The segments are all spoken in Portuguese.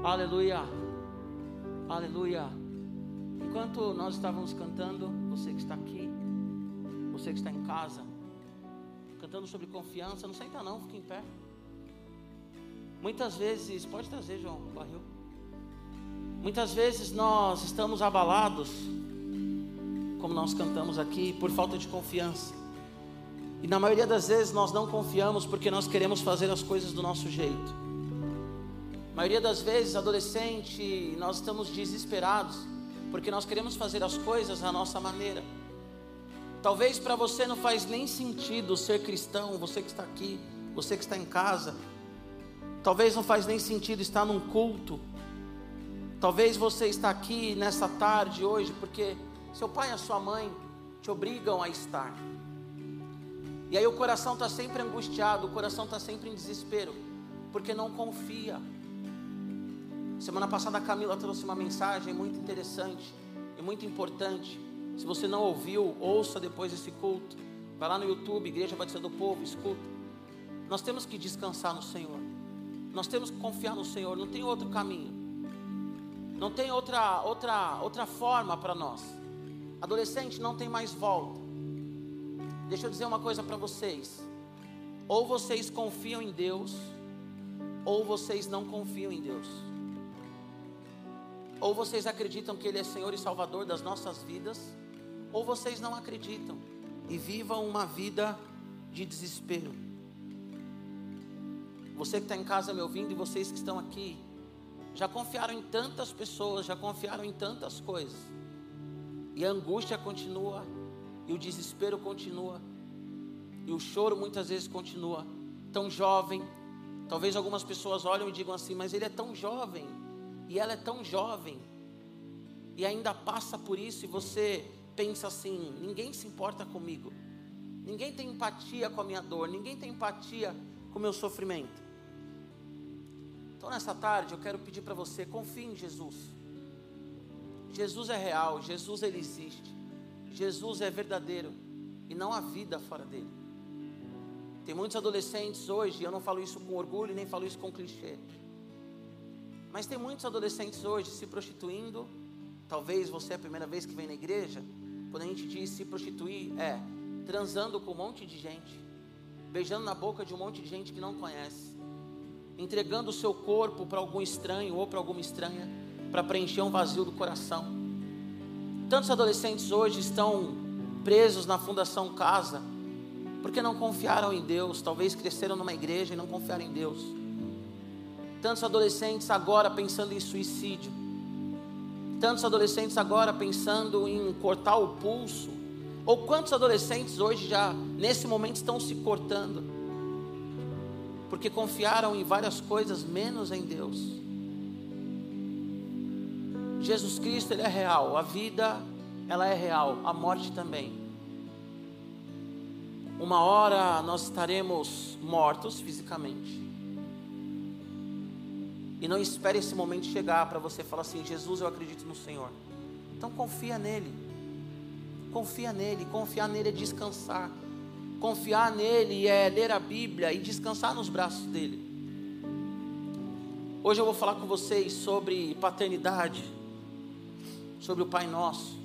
Aleluia, aleluia. Enquanto nós estávamos cantando, você que está aqui, você que está em casa, cantando sobre confiança, não senta não, fica em pé. Muitas vezes, pode trazer, João, o barril. Muitas vezes nós estamos abalados, como nós cantamos aqui, por falta de confiança. E na maioria das vezes nós não confiamos porque nós queremos fazer as coisas do nosso jeito. A maioria das vezes, adolescente, nós estamos desesperados porque nós queremos fazer as coisas à nossa maneira. Talvez para você não faz nem sentido ser cristão, você que está aqui, você que está em casa. Talvez não faz nem sentido estar num culto. Talvez você está aqui nessa tarde hoje porque seu pai e a sua mãe te obrigam a estar. E aí o coração está sempre angustiado, o coração está sempre em desespero, porque não confia. Semana passada a Camila trouxe uma mensagem muito interessante e muito importante. Se você não ouviu, ouça depois desse culto. Vai lá no YouTube, Igreja Batista do Povo, escuta. Nós temos que descansar no Senhor. Nós temos que confiar no Senhor, não tem outro caminho. Não tem outra forma para nós. Adolescente, não tem mais volta. Deixa eu dizer uma coisa para vocês. Ou vocês confiam em Deus, ou vocês não confiam em Deus. Ou vocês acreditam que Ele é Senhor e Salvador das nossas vidas, ou vocês não acreditam e vivam uma vida de desespero. Você que está em casa me ouvindo e vocês que estão aqui, já confiaram em tantas pessoas, já confiaram em tantas coisas, e a angústia continua, e o desespero continua, e o choro muitas vezes continua. Tão jovem, talvez algumas pessoas olham e digam assim, mas ele é tão jovem, e ela é tão jovem, e ainda passa por isso, e você pensa assim, ninguém se importa comigo, ninguém tem empatia com a minha dor, ninguém tem empatia com o meu sofrimento. Então nessa tarde eu quero pedir para você, confie em Jesus. Jesus é real, Jesus ele existe, Jesus é verdadeiro, e não há vida fora dele. Tem muitos adolescentes hoje, eu não falo isso com orgulho, nem falo isso com clichê, mas tem muitos adolescentes hoje se prostituindo. Talvez você é a primeira vez que vem na igreja. Quando a gente diz se prostituir, é transando com um monte de gente, beijando na boca de um monte de gente que não conhece, entregando o seu corpo para algum estranho ou para alguma estranha, para preencher um vazio do coração. Tantos adolescentes hoje estão presos na Fundação Casa, porque não confiaram em Deus. Talvez cresceram numa igreja e não confiaram em Deus. Tantos adolescentes agora pensando em suicídio. Tantos adolescentes agora pensando em cortar o pulso. Ou quantos adolescentes hoje já nesse momento estão se cortando, porque confiaram em várias coisas menos em Deus. Jesus Cristo ele é real, a vida ela é real, a morte também. Uma hora nós estaremos mortos fisicamente. E não espere esse momento chegar para você falar assim, Jesus, eu acredito no Senhor. Então confia nele. Confia nele. Confiar nele é descansar. Confiar nele é ler a Bíblia e descansar nos braços dele. Hoje eu vou falar com vocês sobre paternidade, sobre o Pai Nosso.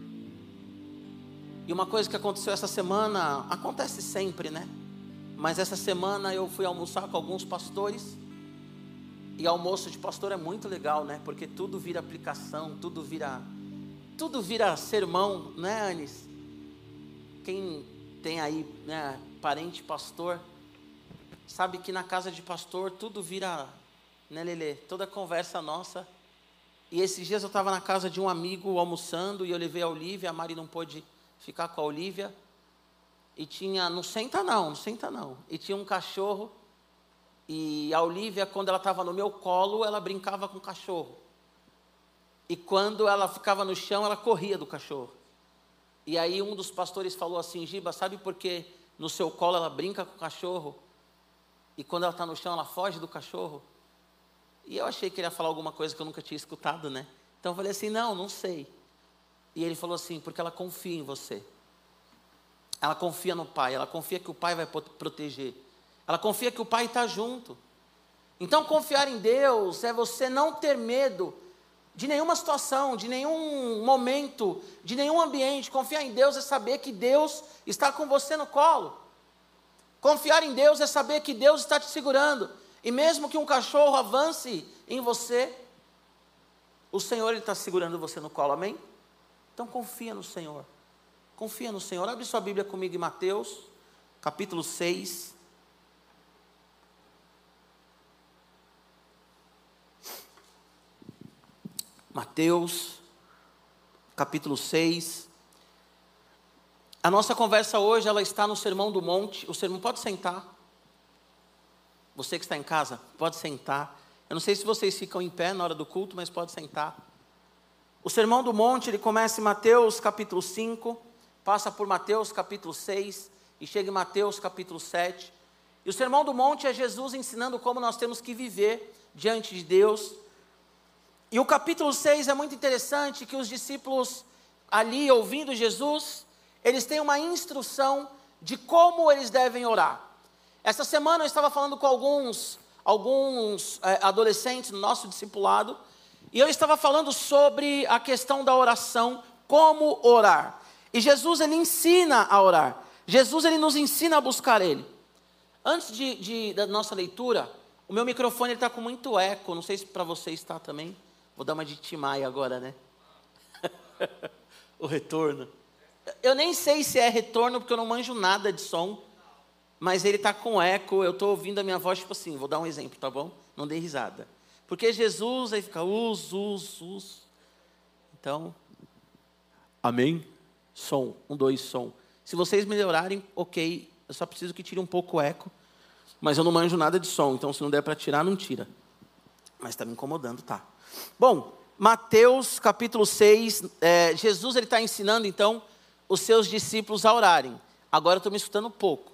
E uma coisa que aconteceu essa semana, acontece sempre, né? Mas essa semana eu fui almoçar com alguns pastores. E almoço de pastor é muito legal, né? Porque tudo vira aplicação, tudo vira sermão, né, Anis? Quem tem aí, né, parente pastor, sabe que na casa de pastor tudo vira, né, Lelê? Toda conversa nossa. E esses dias eu estava na casa de um amigo almoçando e eu levei a Olívia, a Mari não pôde ficar com a Olívia. E tinha, não senta não. E tinha um cachorro. E a Olívia, quando ela estava no meu colo, ela brincava com o cachorro. E quando ela ficava no chão, ela corria do cachorro. E aí um dos pastores falou assim, Giba, sabe por que no seu colo ela brinca com o cachorro? E quando ela está no chão, ela foge do cachorro? E eu achei que ele ia falar alguma coisa que eu nunca tinha escutado, né? Então eu falei assim, não sei. E ele falou assim, porque ela confia em você. Ela confia no Pai, ela confia que o Pai vai proteger. Ela confia que o Pai está junto. Então confiar em Deus é você não ter medo de nenhuma situação, de nenhum momento, de nenhum ambiente. Confiar em Deus é saber que Deus está com você no colo. Confiar em Deus é saber que Deus está te segurando. E mesmo que um cachorro avance em você, o Senhor está segurando você no colo, amém? Então confia no Senhor. Confia no Senhor. Abre sua Bíblia comigo em Mateus, capítulo 6. Mateus, capítulo 6. A nossa conversa hoje, ela está no Sermão do Monte. O sermão, pode sentar. Você que está em casa, pode sentar. Eu não sei se vocês ficam em pé na hora do culto, mas pode sentar. O Sermão do Monte, ele começa em Mateus, capítulo 5, passa por Mateus, capítulo 6, e chega em Mateus, capítulo 7. E o Sermão do Monte é Jesus ensinando como nós temos que viver diante de Deus. E o capítulo 6 é muito interessante, que os discípulos ali ouvindo Jesus, eles têm uma instrução de como eles devem orar. Essa semana eu estava falando com alguns adolescentes no nosso discipulado, e eu estava falando sobre a questão da oração, como orar. E Jesus, ele ensina a orar. Jesus, ele nos ensina a buscar Ele. Antes da nossa leitura, o meu microfone está com muito eco, não sei se para você está também. Vou dar uma de Tim Maia agora, né? O retorno. Eu nem sei se é retorno, porque eu não manjo nada de som. Mas ele está com eco, eu estou ouvindo a minha voz, tipo assim, vou dar um exemplo, tá bom? Não dê risada. Porque Jesus, aí fica Então, amém? Som, 1, 2, som. Se vocês melhorarem, ok, eu só preciso que tire um pouco o eco. Mas eu não manjo nada de som, então se não der para tirar, não tira. Mas está me incomodando, tá? Bom, Mateus capítulo 6, Jesus ele está ensinando então os seus discípulos a orarem. Agora eu estou me escutando um pouco.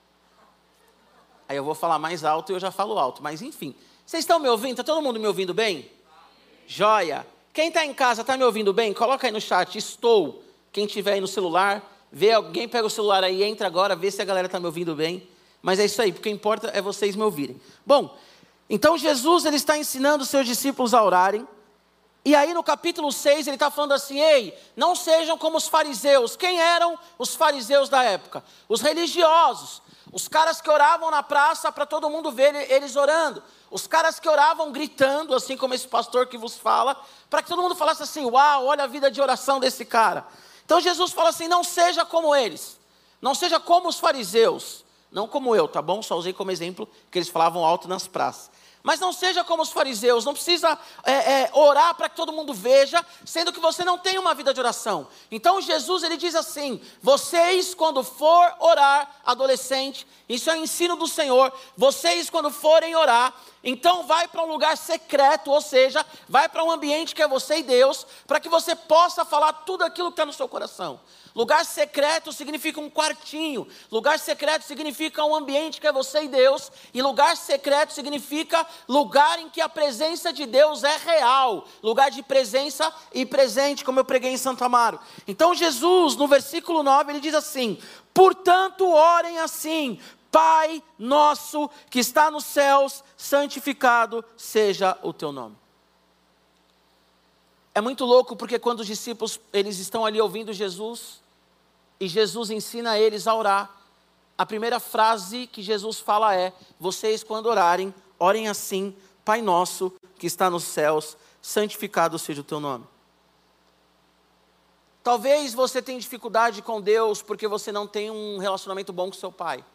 Aí eu vou falar mais alto e eu já falo alto, mas enfim. Vocês estão me ouvindo? Está todo mundo me ouvindo bem? Joia! Quem está em casa está me ouvindo bem? Coloca aí no chat, estou. Quem estiver aí no celular, vê alguém, pega o celular aí, entra agora, vê se a galera está me ouvindo bem. Mas é isso aí, porque o que importa é vocês me ouvirem. Bom, então Jesus ele está ensinando os seus discípulos a orarem. E aí no capítulo 6 ele está falando assim, ei, não sejam como os fariseus. Quem eram os fariseus da época? Os religiosos. Os caras que oravam na praça para todo mundo ver eles orando. Os caras que oravam gritando, assim como esse pastor que vos fala, para que todo mundo falasse assim, uau, olha a vida de oração desse cara. Então Jesus fala assim, não seja como eles. Não seja como os fariseus. Não como eu, tá bom? Só usei como exemplo que eles falavam alto nas praças. Mas não seja como os fariseus, não precisa orar para que todo mundo veja, sendo que você não tem uma vida de oração. Então Jesus ele diz assim, vocês quando for orar, adolescente, isso é o ensino do Senhor, vocês quando forem orar, então vai para um lugar secreto, ou seja, vai para um ambiente que é você e Deus, para que você possa falar tudo aquilo que está no seu coração. Lugar secreto significa um quartinho. Lugar secreto significa um ambiente que é você e Deus. E lugar secreto significa lugar em que a presença de Deus é real. Lugar de presença e presente, como eu preguei em Santo Amaro. Então Jesus, no versículo 9, ele diz assim, portanto orem assim, Pai nosso que está nos céus, santificado seja o teu nome. É muito louco porque quando os discípulos eles estão ali ouvindo Jesus, e Jesus ensina eles a orar, a primeira frase que Jesus fala é, vocês quando orarem, orem assim, Pai nosso que está nos céus, santificado seja o teu nome. Talvez você tenha dificuldade com Deus porque você não tem um relacionamento bom com seu pai.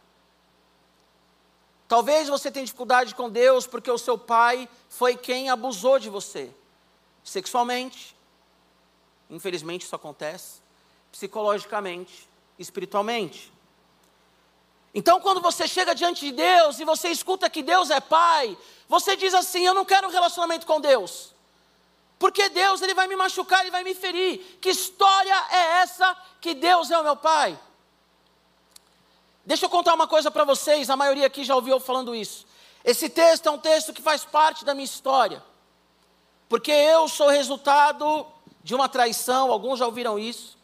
Talvez você tenha dificuldade com Deus porque o seu pai foi quem abusou de você. Sexualmente, infelizmente isso acontece, psicologicamente, espiritualmente. Então quando você chega diante de Deus e você escuta que Deus é Pai, você diz assim, eu não quero um relacionamento com Deus, porque Deus ele vai me machucar, ele vai me ferir. Que história é essa que Deus é o meu Pai? Deixa eu contar uma coisa para vocês, a maioria aqui já ouviu eu falando isso. Esse texto é um texto que faz parte da minha história, porque eu sou resultado de uma traição, alguns já ouviram isso.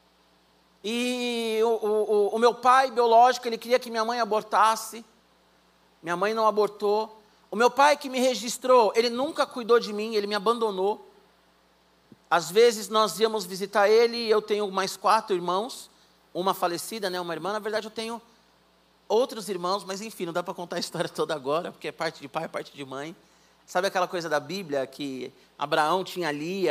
E o meu pai biológico, ele queria que minha mãe abortasse. Minha mãe não abortou. O meu pai que me registrou, ele nunca cuidou de mim, ele me abandonou. Às vezes nós íamos visitar ele, eu tenho mais 4 irmãos, uma falecida, né, uma irmã. Na verdade eu tenho outros irmãos, mas enfim, não dá para contar a história toda agora, porque é parte de pai, parte de mãe. Sabe aquela coisa da Bíblia, que Abraão tinha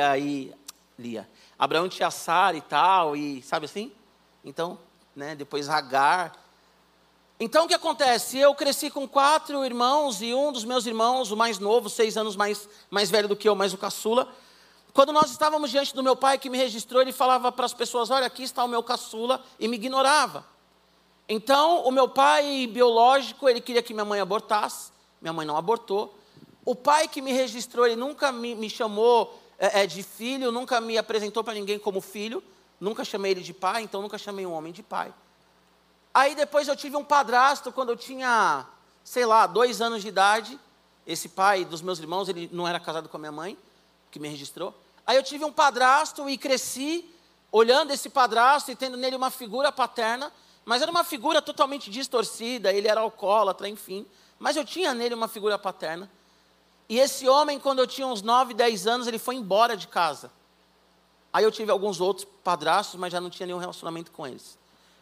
Abraão tinha Sara e tal, e sabe assim? Então, né, depois Agar. Então o que acontece? Eu cresci com 4 irmãos, e um dos meus irmãos, o mais novo, 6 anos mais velho do que eu, mais o caçula. Quando nós estávamos diante do meu pai que me registrou, ele falava para as pessoas, olha, aqui está o meu caçula, e me ignorava. Então, o meu pai biológico, ele queria que minha mãe abortasse, minha mãe não abortou. O pai que me registrou, ele nunca me chamou de filho, nunca me apresentou para ninguém como filho, nunca chamei ele de pai, então nunca chamei um homem de pai. Aí depois eu tive um padrasto, quando eu tinha, 2 anos de idade. Esse pai dos meus irmãos, ele não era casado com a minha mãe, que me registrou. Aí eu tive um padrasto e cresci olhando esse padrasto e tendo nele uma figura paterna, mas era uma figura totalmente distorcida, ele era alcoólatra, enfim. Mas eu tinha nele uma figura paterna. E esse homem, quando eu tinha uns 9, 10 anos, ele foi embora de casa. Aí eu tive alguns outros padrastos, mas já não tinha nenhum relacionamento com eles.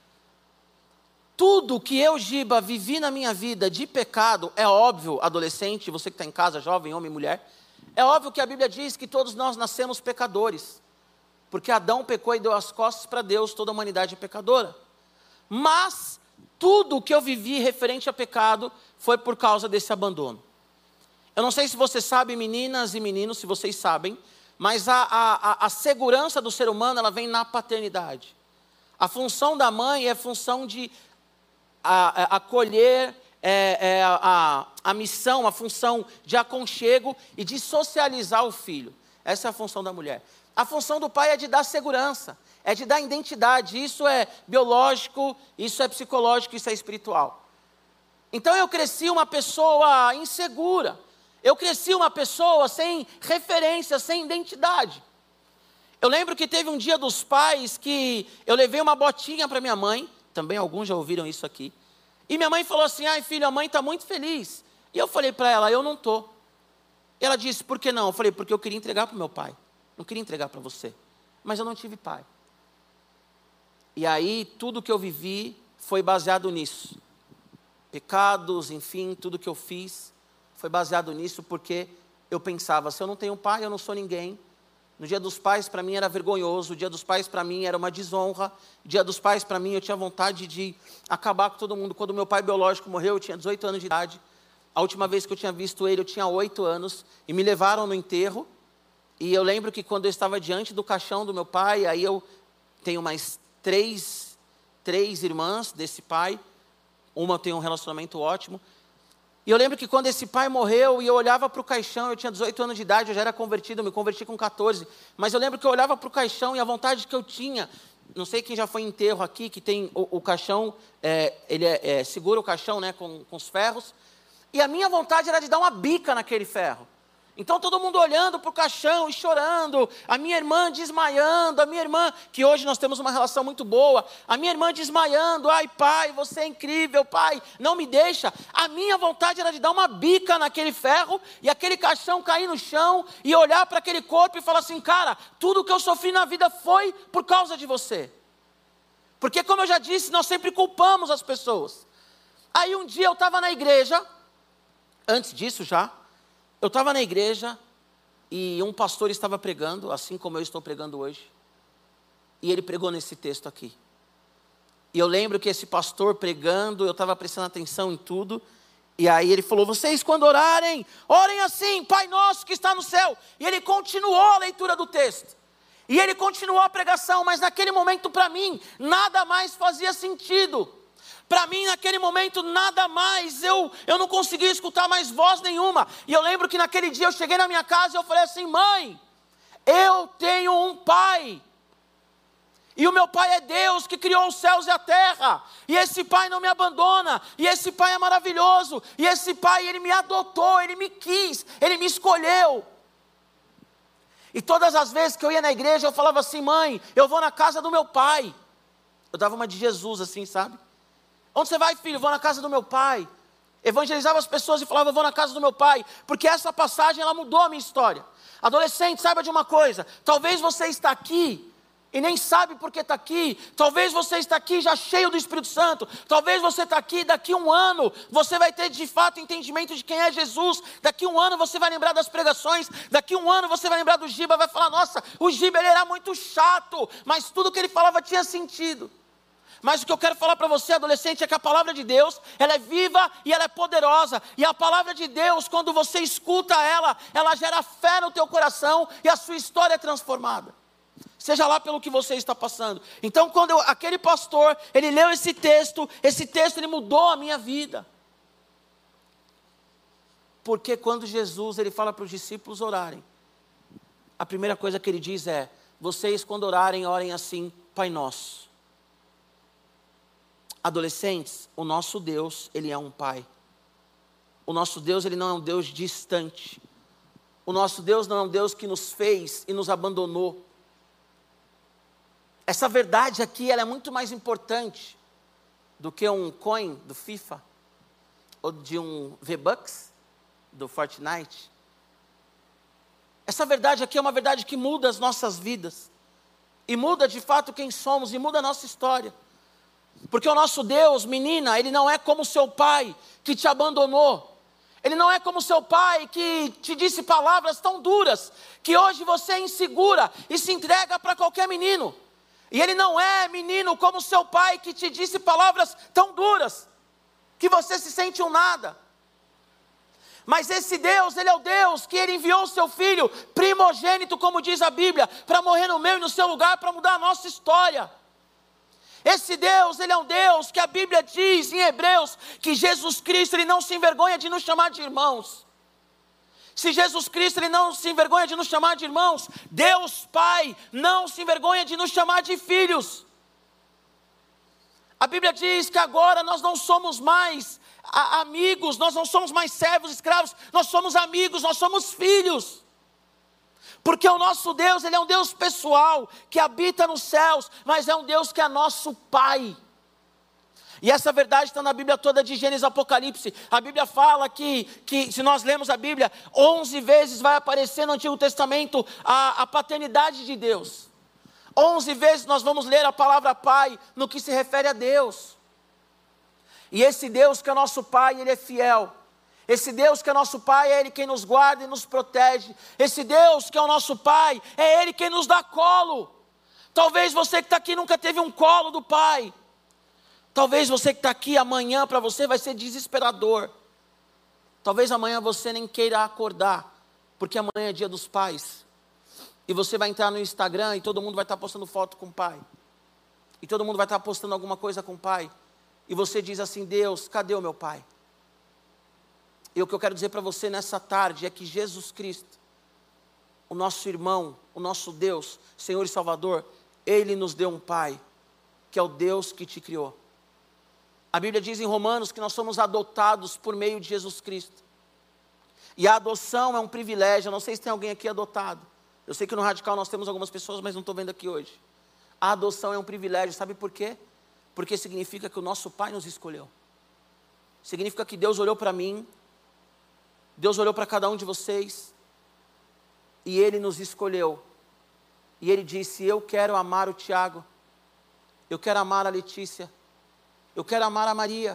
Tudo que eu, Giba, vivi na minha vida de pecado, é óbvio, adolescente, você que está em casa, jovem, homem, mulher, é óbvio que a Bíblia diz que todos nós nascemos pecadores. Porque Adão pecou e deu as costas para Deus, toda a humanidade é pecadora. Mas tudo que eu vivi referente a pecado foi por causa desse abandono. Eu não sei se você sabe, meninas e meninos, se vocês sabem, mas a segurança do ser humano, ela vem na paternidade. A função da mãe é a função de acolher, a missão, a função de aconchego e de socializar o filho. Essa é a função da mulher. A função do pai é de dar segurança, é de dar identidade. Isso é biológico, isso é psicológico, isso é espiritual. Então eu cresci uma pessoa insegura. Eu cresci uma pessoa sem referência, sem identidade. Eu lembro que teve um dia dos pais que eu levei uma botinha para minha mãe. Também alguns já ouviram isso aqui. E minha mãe falou assim, ai filho, a mãe está muito feliz. E eu falei para ela, eu não estou. Ela disse, por que não? Eu falei, porque eu queria entregar para o meu pai. Não queria entregar para você. Mas eu não tive pai. E aí, tudo que eu vivi foi baseado nisso. Pecados, enfim, tudo que eu fiz foi baseado nisso, porque eu pensava, se eu não tenho pai, eu não sou ninguém. No dia dos pais, para mim, era vergonhoso. O dia dos pais, para mim, era uma desonra. O dia dos pais, para mim, eu tinha vontade de acabar com todo mundo. Quando meu pai biológico morreu, eu tinha 18 anos de idade. A última vez que eu tinha visto ele, eu tinha 8 anos. E me levaram no enterro. E eu lembro que quando eu estava diante do caixão do meu pai, aí eu tenho mais três irmãs desse pai. Uma tem um relacionamento ótimo. E eu lembro que quando esse pai morreu, e eu olhava para o caixão, eu tinha 18 anos de idade, eu já era convertido, eu me converti com 14. Mas eu lembro que eu olhava para o caixão e a vontade que eu tinha, não sei quem já foi em enterro aqui, que tem o caixão, ele segura o caixão, né, com os ferros. E a minha vontade era de dar uma bica naquele ferro. Então todo mundo olhando para o caixão e chorando, a minha irmã desmaiando, a minha irmã, que hoje nós temos uma relação muito boa, a minha irmã desmaiando, ai pai, você é incrível, pai, não me deixa. A minha vontade era de dar uma bica naquele ferro e aquele caixão cair no chão e olhar para aquele corpo e falar assim, cara, tudo que eu sofri na vida foi por causa de você. Porque como eu já disse, nós sempre culpamos as pessoas. Aí um dia eu estava na igreja, antes disso já, eu estava na igreja e um pastor estava pregando, assim como eu estou pregando hoje. E ele pregou nesse texto aqui. E eu lembro que esse pastor pregando, eu estava prestando atenção em tudo. E aí ele falou, vocês quando orarem, orem assim, Pai nosso que está no céu. E ele continuou a leitura do texto. E ele continuou a pregação, mas naquele momento para mim, nada mais fazia sentido. Para mim, naquele momento, nada mais, eu não conseguia escutar mais voz nenhuma. E eu lembro que naquele dia eu cheguei na minha casa e eu falei assim, mãe, eu tenho um pai. E o meu pai é Deus que criou os céus e a terra. E esse pai não me abandona. E esse pai é maravilhoso. E esse pai, ele me adotou, ele me quis, ele me escolheu. E todas as vezes que eu ia na igreja, eu falava assim, mãe, eu vou na casa do meu pai. Eu dava uma de Jesus assim, sabe? Onde você vai, filho? Vou na casa do meu pai. Evangelizava as pessoas e falava, eu vou na casa do meu pai, porque essa passagem ela mudou a minha história. Adolescente, saiba de uma coisa, talvez você está aqui e nem sabe por que está aqui, talvez você está aqui já cheio do Espírito Santo, talvez você está aqui, daqui um ano, você vai ter de fato entendimento de quem é Jesus, daqui um ano você vai lembrar das pregações, daqui um ano você vai lembrar do Giba, vai falar, nossa, o Giba ele era muito chato, mas tudo que ele falava tinha sentido. Mas o que eu quero falar para você, adolescente, é que a palavra de Deus, ela é viva e ela é poderosa. E a palavra de Deus, quando você escuta ela, ela gera fé no teu coração e a sua história é transformada. Seja lá pelo que você está passando. Então, quando aquele pastor, ele leu esse texto ele mudou a minha vida. Porque quando Jesus, ele fala para os discípulos orarem, a primeira coisa que ele diz é, vocês quando orarem, orem assim, Pai Nosso. Adolescentes, o nosso Deus, ele é um pai. O nosso Deus, ele não é um Deus distante. O nosso Deus não é um Deus que nos fez e nos abandonou. Essa verdade aqui, ela é muito mais importante do que um coin do FIFA, ou de um V-Bucks do Fortnite. Essa verdade aqui é uma verdade que muda as nossas vidas. E muda de fato quem somos, e muda a nossa história. Porque o nosso Deus, menina, ele não é como seu pai que te abandonou. Ele não é como seu pai que te disse palavras tão duras, que hoje você é insegura e se entrega para qualquer menino. E ele não é, menino, como seu pai que te disse palavras tão duras, que você se sente um nada. Mas esse Deus, ele é o Deus que ele enviou o seu filho primogênito, como diz a Bíblia, para morrer no meu e no seu lugar, para mudar a nossa história. Esse Deus, ele é um Deus que a Bíblia diz em Hebreus, que Jesus Cristo, ele não se envergonha de nos chamar de irmãos. Se Jesus Cristo, ele não se envergonha de nos chamar de irmãos, Deus Pai não se envergonha de nos chamar de filhos. A Bíblia diz que agora nós não somos mais amigos, nós não somos mais servos, escravos, nós somos amigos, nós somos filhos. Porque o nosso Deus, ele é um Deus pessoal, que habita nos céus, mas é um Deus que é nosso Pai. E essa verdade está na Bíblia toda, de Gênesis a Apocalipse. A Bíblia fala que se nós lemos a Bíblia, 11 vezes vai aparecer no Antigo Testamento a paternidade de Deus. 11 vezes nós vamos ler a palavra Pai no que se refere a Deus. E esse Deus que é nosso Pai, ele é fiel. Esse Deus que é nosso Pai, é Ele quem nos guarda e nos protege. Esse Deus que é o nosso Pai, é Ele quem nos dá colo. Talvez você que está aqui nunca teve um colo do Pai. Talvez você que está aqui, amanhã para você vai ser desesperador. Talvez amanhã você nem queira acordar, porque amanhã é dia dos pais. E você vai entrar no Instagram e todo mundo vai estar postando foto com o pai. E todo mundo vai estar postando alguma coisa com o pai. E você diz assim, Deus, cadê o meu pai? E o que eu quero dizer para você nessa tarde é que Jesus Cristo, o nosso irmão, o nosso Deus, Senhor e Salvador, Ele nos deu um Pai, que é o Deus que te criou. A Bíblia diz em Romanos que nós somos adotados por meio de Jesus Cristo. E a adoção é um privilégio. Eu não sei se tem alguém aqui adotado. Eu sei que no Radical nós temos algumas pessoas, mas não estou vendo aqui hoje. A adoção é um privilégio, sabe por quê? Porque significa que o nosso Pai nos escolheu. Significa que Deus olhou para mim, Deus olhou para cada um de vocês, e Ele nos escolheu. E Ele disse, eu quero amar o Tiago, eu quero amar a Letícia, eu quero amar a Maria,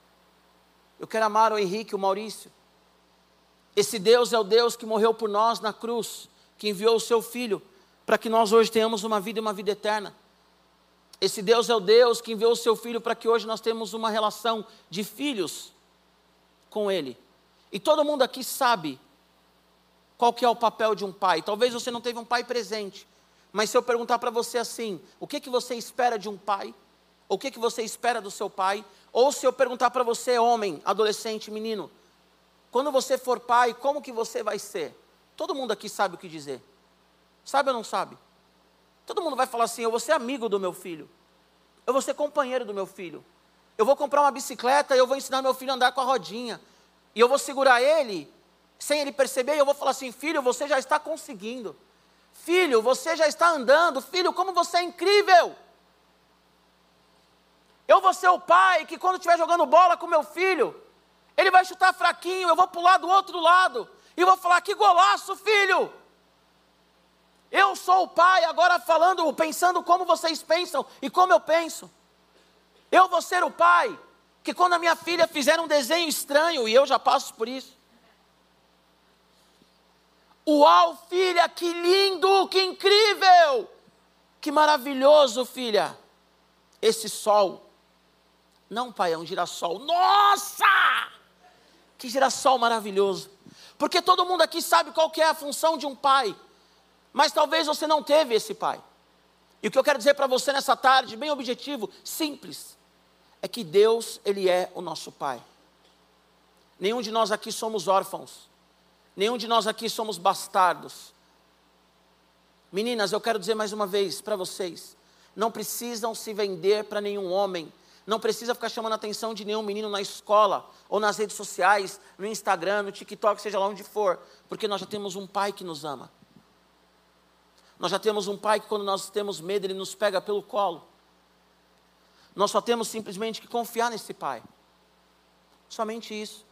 eu quero amar o Henrique, o Maurício. Esse Deus é o Deus que morreu por nós na cruz, que enviou o seu Filho, para que nós hoje tenhamos uma vida e uma vida eterna. Esse Deus é o Deus que enviou o seu Filho para que hoje nós tenhamos uma relação de filhos com Ele. E todo mundo aqui sabe qual que é o papel de um pai. Talvez você não teve um pai presente, mas se eu perguntar para você assim, o que você espera de um pai? Ou o que você espera do seu pai? Ou se eu perguntar para você, homem, adolescente, menino, quando você for pai, como que você vai ser? Todo mundo aqui sabe o que dizer. Sabe ou não sabe? Todo mundo vai falar assim, eu vou ser amigo do meu filho. Eu vou ser companheiro do meu filho. Eu vou comprar uma bicicleta e eu vou ensinar meu filho a andar com a rodinha. E eu vou segurar ele, sem ele perceber, e eu vou falar assim, filho, você já está conseguindo. Filho, você já está andando. Filho, como você é incrível. Eu vou ser o pai que quando estiver jogando bola com meu filho, Ele vai chutar fraquinho, eu vou pular do outro lado. E vou falar, que golaço, filho. Eu sou o pai, agora pensando como vocês pensam e como eu penso. Eu vou ser o pai, que quando a minha filha fizer um desenho estranho, e eu já passo por isso. Uau, filha, que lindo, que incrível. Que maravilhoso, filha. Esse sol. Não, pai, é um girassol. Nossa! Que girassol maravilhoso. Porque todo mundo aqui sabe qual que é a função de um pai. Mas talvez você não teve esse pai. E o que eu quero dizer para você nessa tarde, bem objetivo, simples, é que Deus, Ele é o nosso pai. Nenhum de nós aqui somos órfãos. Nenhum de nós aqui somos bastardos. Meninas, eu quero dizer mais uma vez para vocês, não precisam se vender para nenhum homem. Não precisa ficar chamando a atenção de nenhum menino na escola, ou nas redes sociais, no Instagram, no TikTok, seja lá onde for. Porque nós já temos um pai que nos ama. Nós já temos um pai que quando nós temos medo, ele nos pega pelo colo. Nós só temos simplesmente que confiar nesse pai. Somente isso.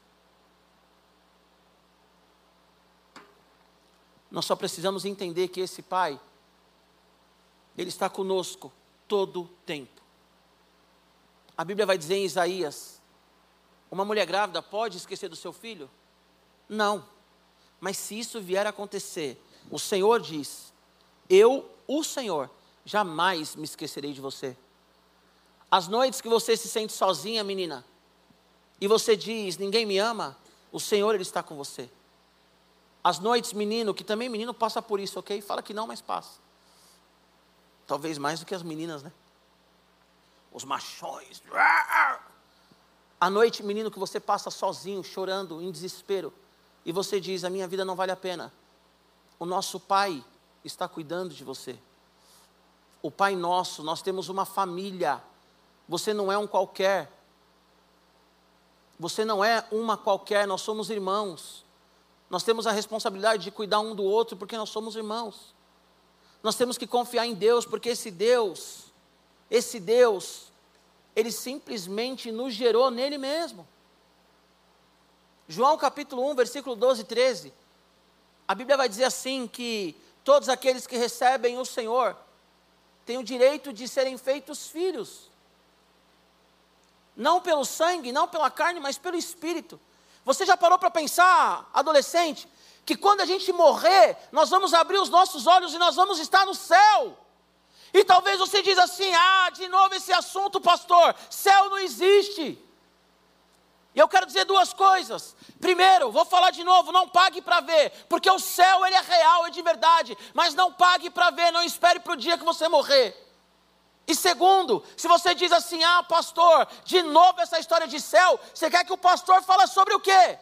Nós só precisamos entender que esse pai, ele está conosco todo o tempo. A Bíblia vai dizer em Isaías, uma mulher grávida pode esquecer do seu filho? Não. Mas se isso vier a acontecer, o Senhor diz, eu, o Senhor, jamais me esquecerei de você. As noites que você se sente sozinha, menina, e você diz, ninguém me ama, o Senhor, Ele está com você. As noites, menino, que também menino passa por isso, ok? Fala que não, mas passa. Talvez mais do que as meninas, né? Os machões. A noite, menino, que você passa sozinho, chorando, em desespero. E você diz, a minha vida não vale a pena. O nosso pai está cuidando de você. O Pai nosso, nós temos uma família. Você não é um qualquer. Você não é uma qualquer, nós somos irmãos. Nós temos a responsabilidade de cuidar um do outro, porque nós somos irmãos. Nós temos que confiar em Deus, porque esse Deus, Ele simplesmente nos gerou nele mesmo. João capítulo 1, versículo 12 e 13. A Bíblia vai dizer assim, que todos aqueles que recebem o Senhor, têm o direito de serem feitos filhos. Não pelo sangue, não pela carne, mas pelo Espírito. Você já parou para pensar, adolescente, que quando a gente morrer, nós vamos abrir os nossos olhos e nós vamos estar no céu. E talvez você diz assim, de novo esse assunto, pastor, céu não existe. E eu quero dizer duas coisas. Primeiro, vou falar de novo, não pague para ver, porque o céu ele é real, é de verdade, mas não pague para ver, não espere para o dia que você morrer. E segundo, se você diz assim, pastor, de novo essa história de céu, você quer que o pastor fale sobre o quê?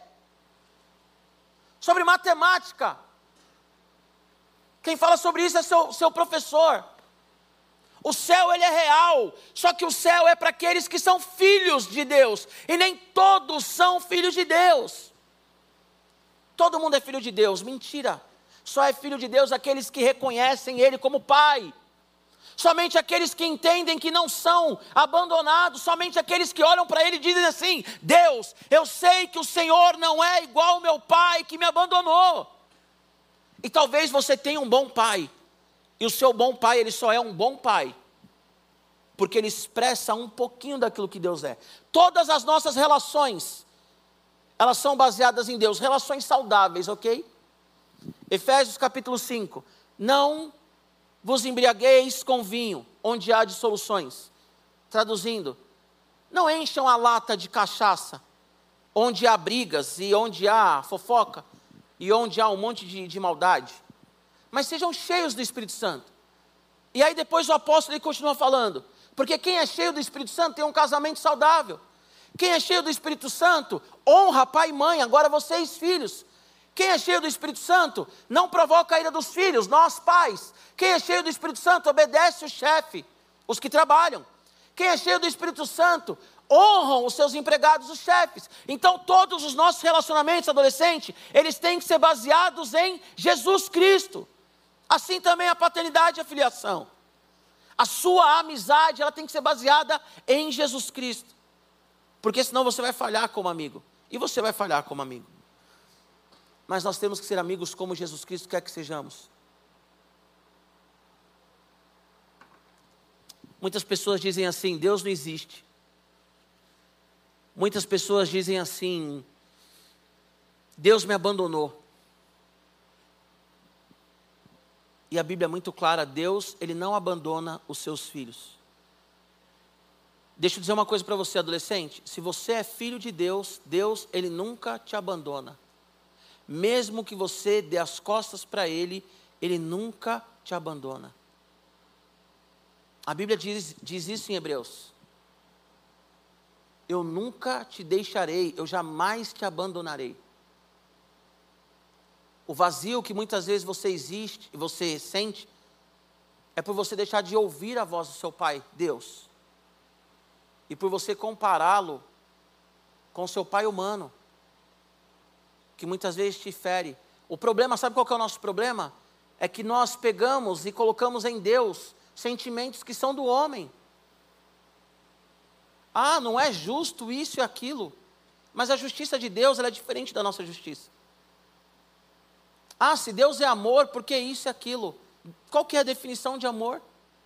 Sobre matemática. Quem fala sobre isso é seu professor. O céu ele é real, só que o céu é para aqueles que são filhos de Deus, e nem todos são filhos de Deus. Todo mundo é filho de Deus, mentira. Só é filho de Deus aqueles que reconhecem Ele como Pai. Somente aqueles que entendem que não são abandonados, somente aqueles que olham para Ele e dizem assim, Deus, eu sei que o Senhor não é igual ao meu pai que me abandonou. E talvez você tenha um bom pai, e o seu bom pai, ele só é um bom pai, porque ele expressa um pouquinho daquilo que Deus é. Todas as nossas relações, elas são baseadas em Deus, relações saudáveis, ok? Efésios capítulo 5, não vos embriagueis com vinho, onde há dissoluções. Traduzindo, não encham a lata de cachaça, onde há brigas e onde há fofoca, e onde há um monte de maldade. Mas sejam cheios do Espírito Santo. E aí depois o apóstolo ele continua falando, porque quem é cheio do Espírito Santo tem um casamento saudável. Quem é cheio do Espírito Santo honra pai e mãe, agora vocês filhos. Quem é cheio do Espírito Santo não provoca a ira dos filhos, nós pais. Quem é cheio do Espírito Santo obedece o chefe, os que trabalham. Quem é cheio do Espírito Santo honram os seus empregados, os chefes. Então todos os nossos relacionamentos, adolescente, eles têm que ser baseados em Jesus Cristo. Assim também a paternidade e a filiação. A sua amizade, ela tem que ser baseada em Jesus Cristo. Porque senão você vai falhar como amigo. E você vai falhar como amigo. Mas nós temos que ser amigos como Jesus Cristo quer que sejamos. Muitas pessoas dizem assim, Deus não existe. Muitas pessoas dizem assim, Deus me abandonou. E a Bíblia é muito clara, Deus, Ele não abandona os seus filhos. Deixa eu dizer uma coisa para você, adolescente. Se você é filho de Deus, Deus, Ele nunca te abandona. Mesmo que você dê as costas para Ele, Ele nunca te abandona. A Bíblia diz isso em Hebreus. Eu nunca te deixarei, eu jamais te abandonarei. O vazio que muitas vezes você sente, é por você deixar de ouvir a voz do seu Pai, Deus. E por você compará-lo com o seu pai humano, que muitas vezes te fere. O problema, sabe qual que é o nosso problema? É que nós pegamos e colocamos em Deus sentimentos que são do homem. Ah, não é justo isso e aquilo. Mas a justiça de Deus, ela é diferente da nossa justiça. Ah, se Deus é amor, por que isso e aquilo? Qual que é a definição de amor?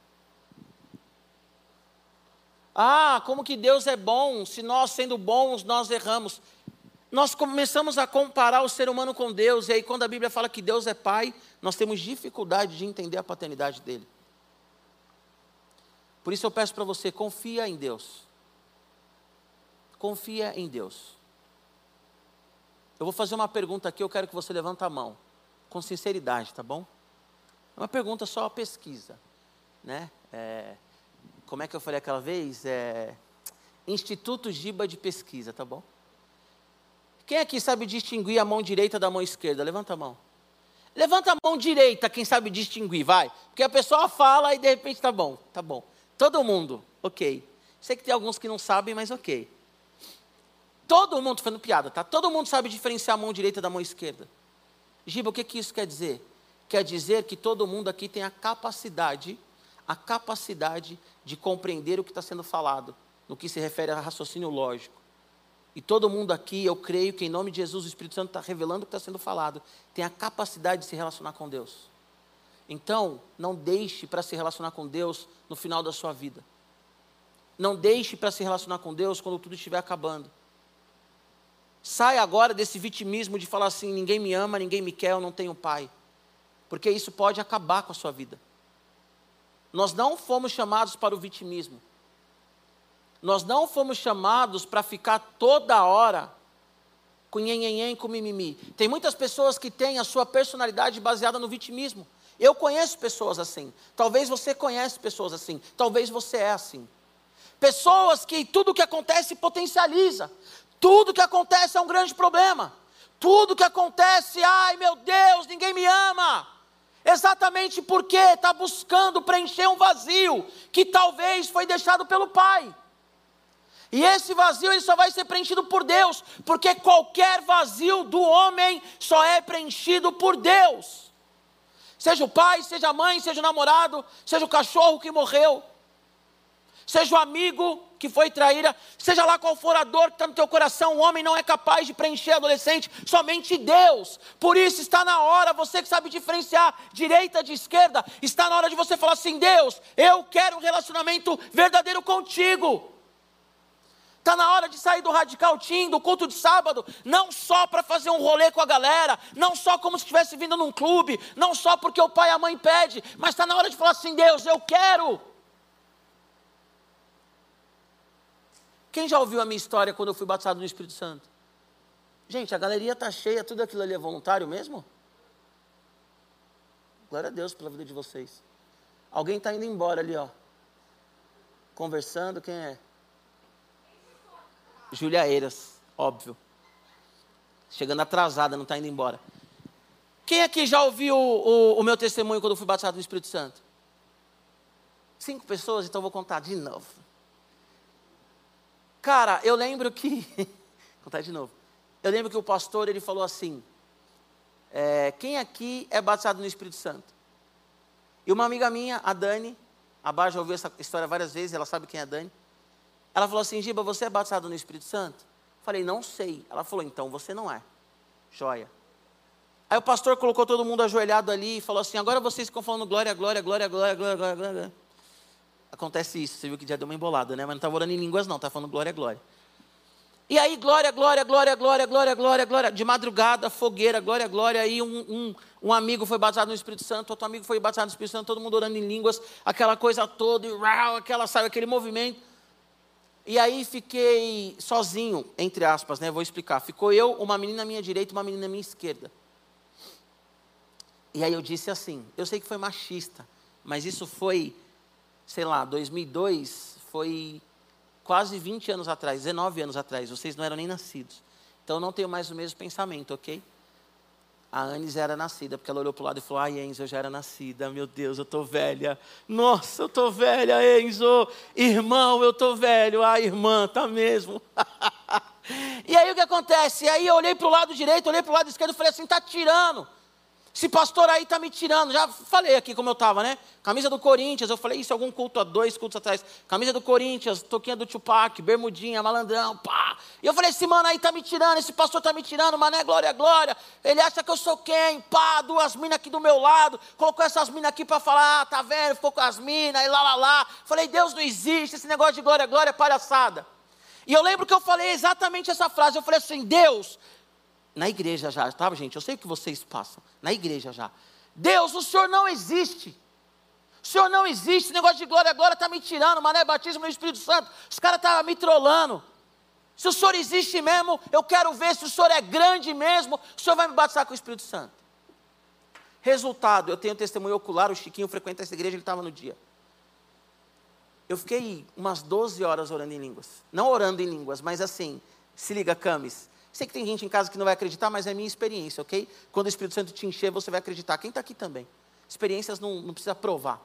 Ah, como que Deus é bom, se nós sendo bons, nós erramos. Nós começamos a comparar o ser humano com Deus, e aí quando a Bíblia fala que Deus é Pai, nós temos dificuldade de entender a paternidade dEle. Por isso eu peço para você, confia em Deus. Confia em Deus. Eu vou fazer uma pergunta aqui, eu quero que você levante a mão, com sinceridade, tá bom? É uma pergunta só, uma pesquisa, né? Como é que eu falei aquela vez? Instituto Giba de Pesquisa, tá bom? Quem aqui sabe distinguir a mão direita da mão esquerda? Levanta a mão. Levanta a mão direita, quem sabe distinguir, vai. Porque a pessoa fala e de repente tá bom, tá bom. Todo mundo, ok. Sei que tem alguns que não sabem, mas ok. Todo mundo, tô fazendo piada, tá? Todo mundo sabe diferenciar a mão direita da mão esquerda. Giba, o que isso quer dizer? Quer dizer que todo mundo aqui tem a capacidade de compreender o que está sendo falado, no que se refere a raciocínio lógico. E todo mundo aqui, eu creio que em nome de Jesus, o Espírito Santo está revelando o que está sendo falado, tem a capacidade de se relacionar com Deus. Então, não deixe para se relacionar com Deus no final da sua vida. Não deixe para se relacionar com Deus quando tudo estiver acabando. Sai agora desse vitimismo de falar assim, ninguém me ama, ninguém me quer, eu não tenho pai. Porque isso pode acabar com a sua vida. Nós não fomos chamados para o vitimismo. Nós não fomos chamados para ficar toda hora com nhenhenhen, com mimimi. Tem muitas pessoas que têm a sua personalidade baseada no vitimismo. Eu conheço pessoas assim. Talvez você conhece pessoas assim. Talvez você é assim. Pessoas que tudo que acontece potencializa. Tudo que acontece é um grande problema. Tudo que acontece, ai meu Deus, ninguém me ama. Exatamente porque está buscando preencher um vazio que talvez foi deixado pelo Pai. E esse vazio ele só vai ser preenchido por Deus, porque qualquer vazio do homem só é preenchido por Deus. Seja o pai, seja a mãe, seja o namorado, seja o cachorro que morreu, seja o amigo que foi traíra, seja lá qual for a dor que está no teu coração, o homem não é capaz de preencher, adolescente, somente Deus. Por isso está na hora, você que sabe diferenciar direita de esquerda, está na hora de você falar assim, Deus, eu quero um relacionamento verdadeiro contigo. Está na hora de sair do Radical Team, do culto de sábado, não só para fazer um rolê com a galera, não só como se estivesse vindo num clube, não só porque o pai e a mãe pedem, mas está na hora de falar assim, Deus, eu quero. Quem já ouviu a minha história quando eu fui batizado no Espírito Santo? Gente, a galeria está cheia, tudo aquilo ali é voluntário mesmo? Glória a Deus pela vida de vocês. Alguém está indo embora ali, ó. Conversando, quem é? Júlia Eiras, óbvio. Chegando atrasada, não está indo embora. Quem aqui já ouviu o meu testemunho quando eu fui batizado no Espírito Santo? 5 pessoas, então eu vou contar de novo. Cara, eu lembro que... Vou contar de novo. Eu lembro que o pastor, ele falou assim, quem aqui é batizado no Espírito Santo? E uma amiga minha, a Dani, a Bá já ouviu essa história várias vezes, ela sabe quem é a Dani. Ela falou assim, Giba, você é batizado no Espírito Santo? Falei, não sei. Ela falou, então você não é. Joia. Aí o pastor colocou todo mundo ajoelhado ali e falou assim, agora vocês ficam falando glória, glória, glória, glória, glória, glória, glória. Acontece isso, você viu que já deu uma embolada, né? Mas não estava orando em línguas não, estava falando glória, glória. E aí, glória, glória, glória, glória, glória, glória, glória. De madrugada, fogueira, glória, glória. Aí um amigo foi batizado no Espírito Santo, outro amigo foi batizado no Espírito Santo, todo mundo orando em línguas, aquela coisa toda, e sabe, aquele movimento. E aí fiquei sozinho, entre aspas, né? Vou explicar. Ficou eu, uma menina à minha direita e uma menina à minha esquerda. E aí eu disse assim, eu sei que foi machista, mas isso foi, sei lá, 2002, foi quase 20 anos atrás, 19 anos atrás, vocês não eram nem nascidos. Então eu não tenho mais o mesmo pensamento, ok? A Anis era nascida, porque ela olhou para o lado e falou, ai Enzo, eu já era nascida, meu Deus, eu estou velha. Nossa, eu estou velha, Enzo. Irmão, eu estou velho. Ah, irmã, tá mesmo. E aí o que acontece? E aí eu olhei para o lado direito, olhei para o lado esquerdo e falei assim, tá tirando. Esse pastor aí está me tirando. Já falei aqui como eu estava, né? Camisa do Corinthians, eu falei isso algum culto há 2 cultos atrás. Camisa do Corinthians, toquinha do Tupac, bermudinha, malandrão, pá. E eu falei, esse mano aí está me tirando, esse pastor está me tirando, mané, glória, glória. Ele acha que eu sou quem? Pá, 2 minas aqui do meu lado. Colocou essas minas aqui para falar, ah, tá vendo? Ficou com as minas e lá. Falei, Deus não existe, esse negócio de glória, glória é palhaçada. E eu lembro que eu falei exatamente essa frase. Eu falei assim, Deus... Na igreja já, tá, gente? Eu sei o que vocês passam. Na igreja já. Deus, o Senhor não existe. O Senhor não existe. Esse negócio de glória, glória está me tirando. Mané, batismo no Espírito Santo. Os caras estavam me trollando. Se o Senhor existe mesmo, eu quero ver se o Senhor é grande mesmo. O Senhor vai me batizar com o Espírito Santo. Resultado, eu tenho testemunho ocular. O Chiquinho frequenta essa igreja, ele estava no dia. Eu fiquei umas 12 horas orando em línguas. Não orando em línguas, mas assim, se liga, Camis. Sei que tem gente em casa que não vai acreditar, mas é a minha experiência, ok? Quando o Espírito Santo te encher, você vai acreditar. Quem está aqui também? Experiências não precisa provar.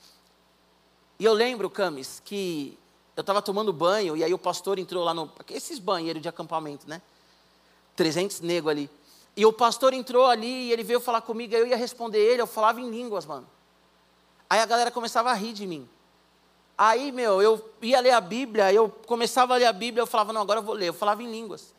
E eu lembro, Camis, que eu estava tomando banho, e aí o pastor entrou lá esses banheiros de acampamento, né? 300 negros ali. E o pastor entrou ali, e ele veio falar comigo, aí eu ia responder ele, eu falava em línguas, mano. Aí a galera começava a rir de mim. Aí, eu ia ler a Bíblia, eu começava a ler a Bíblia, eu falava, não, agora eu vou ler. Eu falava em línguas.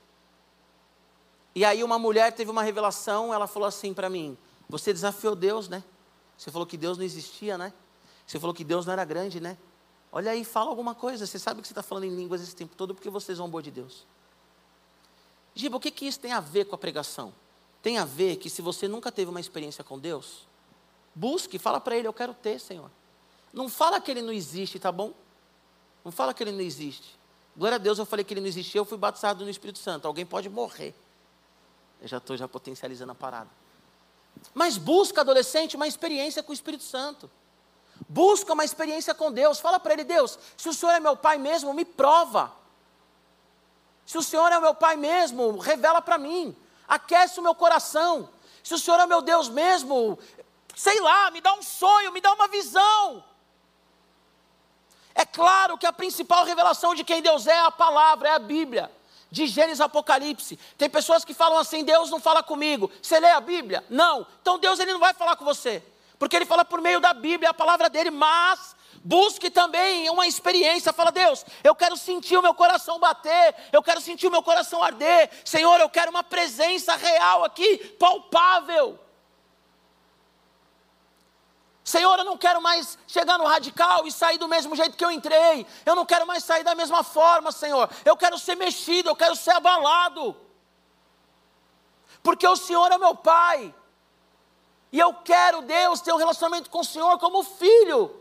E aí uma mulher teve uma revelação, ela falou assim para mim, você desafiou Deus, né? Você falou que Deus não existia, né? Você falou que Deus não era grande, né? Olha aí, fala alguma coisa, você sabe que você está falando em línguas esse tempo todo porque você zombou de Deus. Giba, o que isso tem a ver com a pregação? Tem a ver que se você nunca teve uma experiência com Deus, busque, fala para Ele, eu quero ter, Senhor. Não fala que Ele não existe, tá bom? Não fala que Ele não existe. Glória a Deus, eu falei que Ele não existia, eu fui batizado no Espírito Santo. Alguém pode morrer. Eu já estou potencializando a parada. Mas busca, adolescente, uma experiência com o Espírito Santo. Busca uma experiência com Deus. Fala para Ele, Deus, se o Senhor é meu Pai mesmo, me prova. Se o Senhor é o meu Pai mesmo, revela para mim. Aquece o meu coração. Se o Senhor é meu Deus mesmo, sei lá, me dá um sonho, me dá uma visão. É claro que a principal revelação de quem Deus é a palavra, é a Bíblia. De Gênesis a Apocalipse. Tem pessoas que falam assim, Deus não fala comigo. Você lê a Bíblia? Não. Então Deus ele não vai falar com você. Porque Ele fala por meio da Bíblia, a palavra dEle. Mas busque também uma experiência. Fala, Deus, eu quero sentir o meu coração bater. Eu quero sentir o meu coração arder. Senhor, eu quero uma presença real aqui, palpável. Senhor, eu não quero mais chegar no radical e sair do mesmo jeito que eu entrei. Eu não quero mais sair da mesma forma, Senhor. Eu quero ser mexido, eu quero ser abalado. Porque o Senhor é meu Pai. E eu quero, Deus, ter um relacionamento com o Senhor como filho.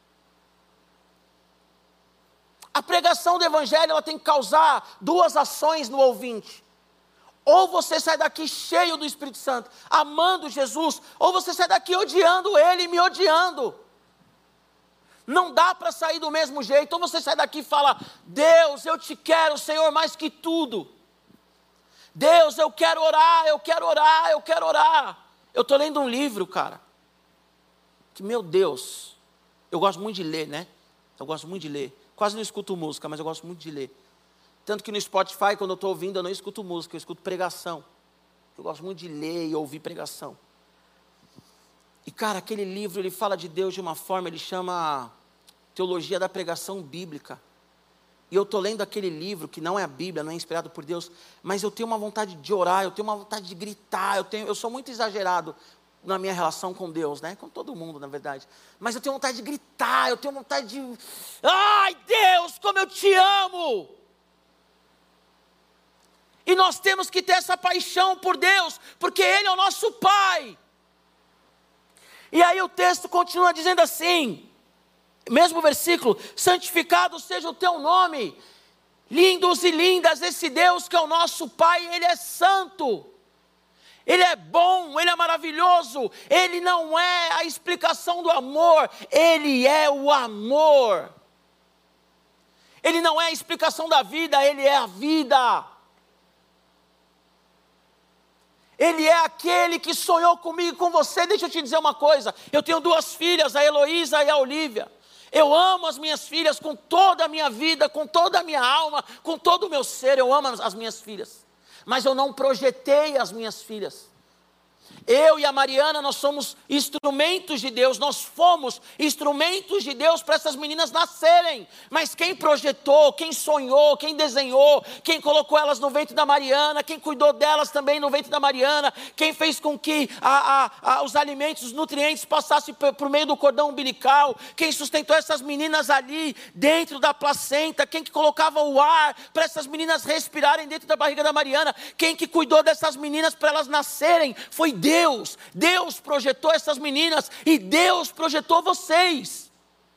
A pregação do Evangelho, ela tem que causar 2 ações no ouvinte. Ou você sai daqui cheio do Espírito Santo, amando Jesus, ou você sai daqui odiando Ele e me odiando. Não dá para sair do mesmo jeito. Ou você sai daqui e fala, Deus, eu te quero, Senhor, mais que tudo. Deus, eu quero orar, eu quero orar, eu quero orar. Eu estou lendo um livro, cara, que, meu Deus, eu gosto muito de ler, né? Eu gosto muito de ler. Quase não escuto música, mas eu gosto muito de ler. Tanto que no Spotify, quando eu estou ouvindo, eu não escuto música, eu escuto pregação. Eu gosto muito de ler e ouvir pregação. E, cara, aquele livro, ele fala de Deus de uma forma, ele chama Teologia da Pregação Bíblica. e eu estou lendo aquele livro, que não é a Bíblia, não é inspirado por Deus, mas eu tenho uma vontade de orar, eu tenho uma vontade de gritar, eu sou muito exagerado na minha relação com Deus, né? Com todo mundo, na verdade. Mas eu tenho vontade de gritar, eu tenho vontade de... Ai, Deus, como eu te amo! E nós temos que ter essa paixão por Deus, porque Ele é o nosso Pai. E aí o texto continua dizendo assim, mesmo versículo, santificado seja o teu nome. Lindos e lindas, esse Deus que é o nosso Pai, Ele é santo. Ele é bom, Ele é maravilhoso, Ele não é a explicação do amor, Ele é o amor. Ele não é a explicação da vida, Ele é a vida. Ele é aquele que sonhou comigo e com você. Deixa eu te dizer uma coisa, eu tenho 2 filhas, a Heloísa e a Olívia. Eu amo as minhas filhas com toda a minha vida, com toda a minha alma, com todo o meu ser, eu amo as minhas filhas. Mas eu não projetei as minhas filhas. Eu e a Mariana, nós somos instrumentos de Deus, nós fomos instrumentos de Deus para essas meninas nascerem. Mas quem projetou, quem sonhou, quem desenhou, quem colocou elas no ventre da Mariana, quem cuidou delas também no ventre da Mariana, quem fez com que os alimentos, os nutrientes passassem por meio do cordão umbilical, quem sustentou essas meninas ali dentro da placenta, quem que colocava o ar para essas meninas respirarem dentro da barriga da Mariana, quem que cuidou dessas meninas para elas nascerem, foi Deus. Deus projetou essas meninas e Deus projetou vocês.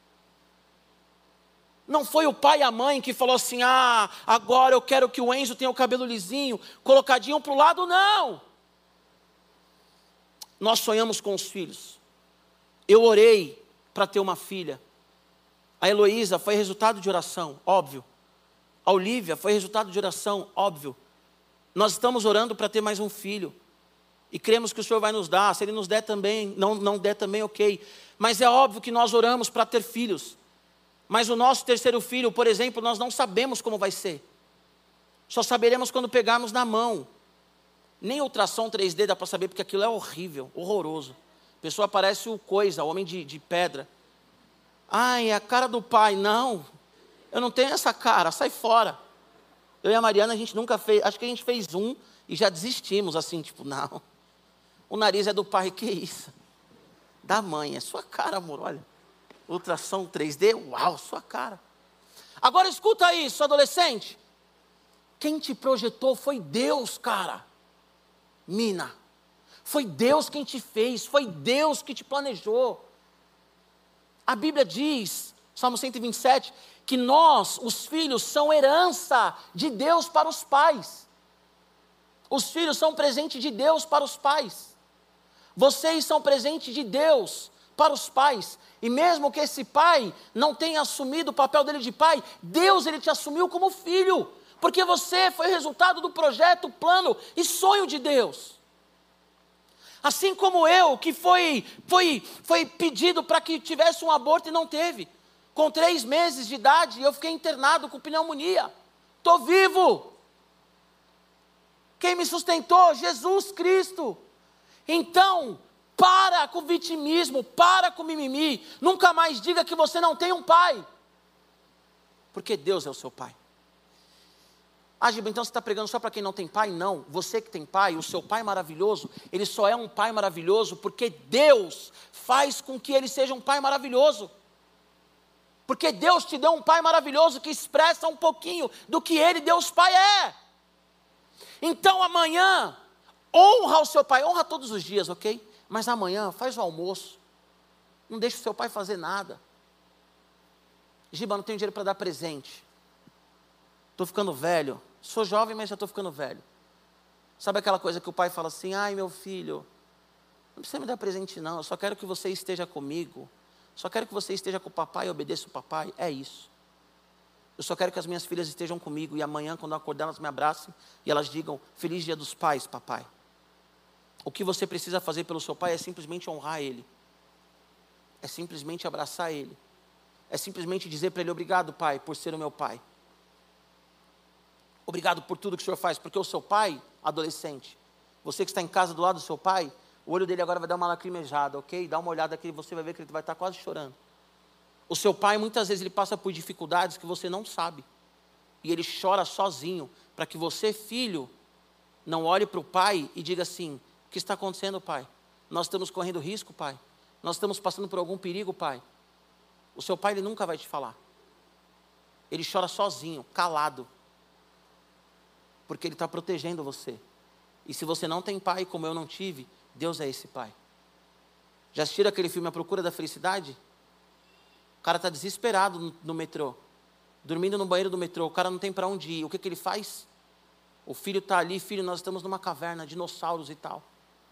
Não foi o pai e a mãe que falou assim, agora eu quero que o Enzo tenha o cabelo lisinho, colocadinho para o lado, não. Nós sonhamos com os filhos. Eu orei para ter uma filha. A Heloísa foi resultado de oração, óbvio. A Olívia foi resultado de oração, óbvio. Nós estamos orando para ter mais um filho. E cremos que o Senhor vai nos dar, se Ele nos der também, não der também, ok. Mas é óbvio que nós oramos para ter filhos. Mas o nosso terceiro filho, por exemplo, nós não sabemos como vai ser. Só saberemos quando pegarmos na mão. Nem ultrassom 3D dá para saber, porque aquilo é horrível, horroroso. A pessoa parece o Coisa, o homem de pedra. Ai, é a cara do pai. Não, eu não tenho essa cara, sai fora. Eu e a Mariana, a gente nunca fez, acho que a gente fez um e já desistimos, assim, tipo, não. O nariz é do pai, que isso? Da mãe, é sua cara, amor, olha. Ultrassom 3D, uau, sua cara. Agora escuta isso, adolescente. Quem te projetou foi Deus, cara. Mina. Foi Deus quem te fez, foi Deus que te planejou. A Bíblia diz, Salmo 127, que nós, os filhos, são herança de Deus para os pais. Os filhos são presente de Deus para os pais. Vocês são presente de Deus para os pais. E mesmo que esse pai não tenha assumido o papel dele de pai, Deus, Ele te assumiu como filho. Porque você foi resultado do projeto, plano e sonho de Deus. Assim como eu, que foi pedido para que tivesse um aborto e não teve. Com 3 meses de idade, eu fiquei internado com pneumonia. Estou vivo. Quem me sustentou? Jesus Cristo. Então, para com o vitimismo, para com o mimimi. Nunca mais diga que você não tem um pai. Porque Deus é o seu pai. Giba, então você está pregando só para quem não tem pai? Não, você que tem pai, o seu pai maravilhoso, ele só é um pai maravilhoso porque Deus faz com que ele seja um pai maravilhoso. Porque Deus te deu um pai maravilhoso que expressa um pouquinho do que Ele, Deus Pai, é. Então amanhã, honra o seu pai, honra todos os dias, ok? Mas amanhã, faz o almoço. Não deixa o seu pai fazer nada. Giba, não tenho dinheiro para dar presente. Estou ficando velho. Sou jovem, mas já estou ficando velho. Sabe aquela coisa que o pai fala assim, ai meu filho, não precisa me dar presente não, eu só quero que você esteja comigo. Só quero que você esteja com o papai e obedeça o papai. É isso. Eu só quero que as minhas filhas estejam comigo e amanhã, quando eu acordar, elas me abracem e elas digam, feliz dia dos pais, papai. O que você precisa fazer pelo seu pai é simplesmente honrar ele. É simplesmente abraçar ele. É simplesmente dizer para ele, obrigado, pai, por ser o meu pai. Obrigado por tudo que o senhor faz, porque o seu pai, adolescente, você que está em casa do lado do seu pai, o olho dele agora vai dar uma lacrimejada, ok? Dá uma olhada aqui, você vai ver que ele vai estar quase chorando. O seu pai, muitas vezes, ele passa por dificuldades que você não sabe. e ele chora sozinho, para que você, filho, não olhe para o pai e diga assim: o que está acontecendo, pai? Nós estamos correndo risco, pai? Nós estamos passando por algum perigo, pai? O seu pai, ele nunca vai te falar. Ele chora sozinho, calado, porque ele está protegendo você. E se você não tem pai, como eu não tive, Deus é esse pai. Já assistiram aquele filme A Procura da Felicidade? O cara está desesperado no metrô, dormindo no banheiro do metrô, o cara não tem para onde ir. O que ele faz? O filho está ali: filho, nós estamos numa caverna, dinossauros e tal.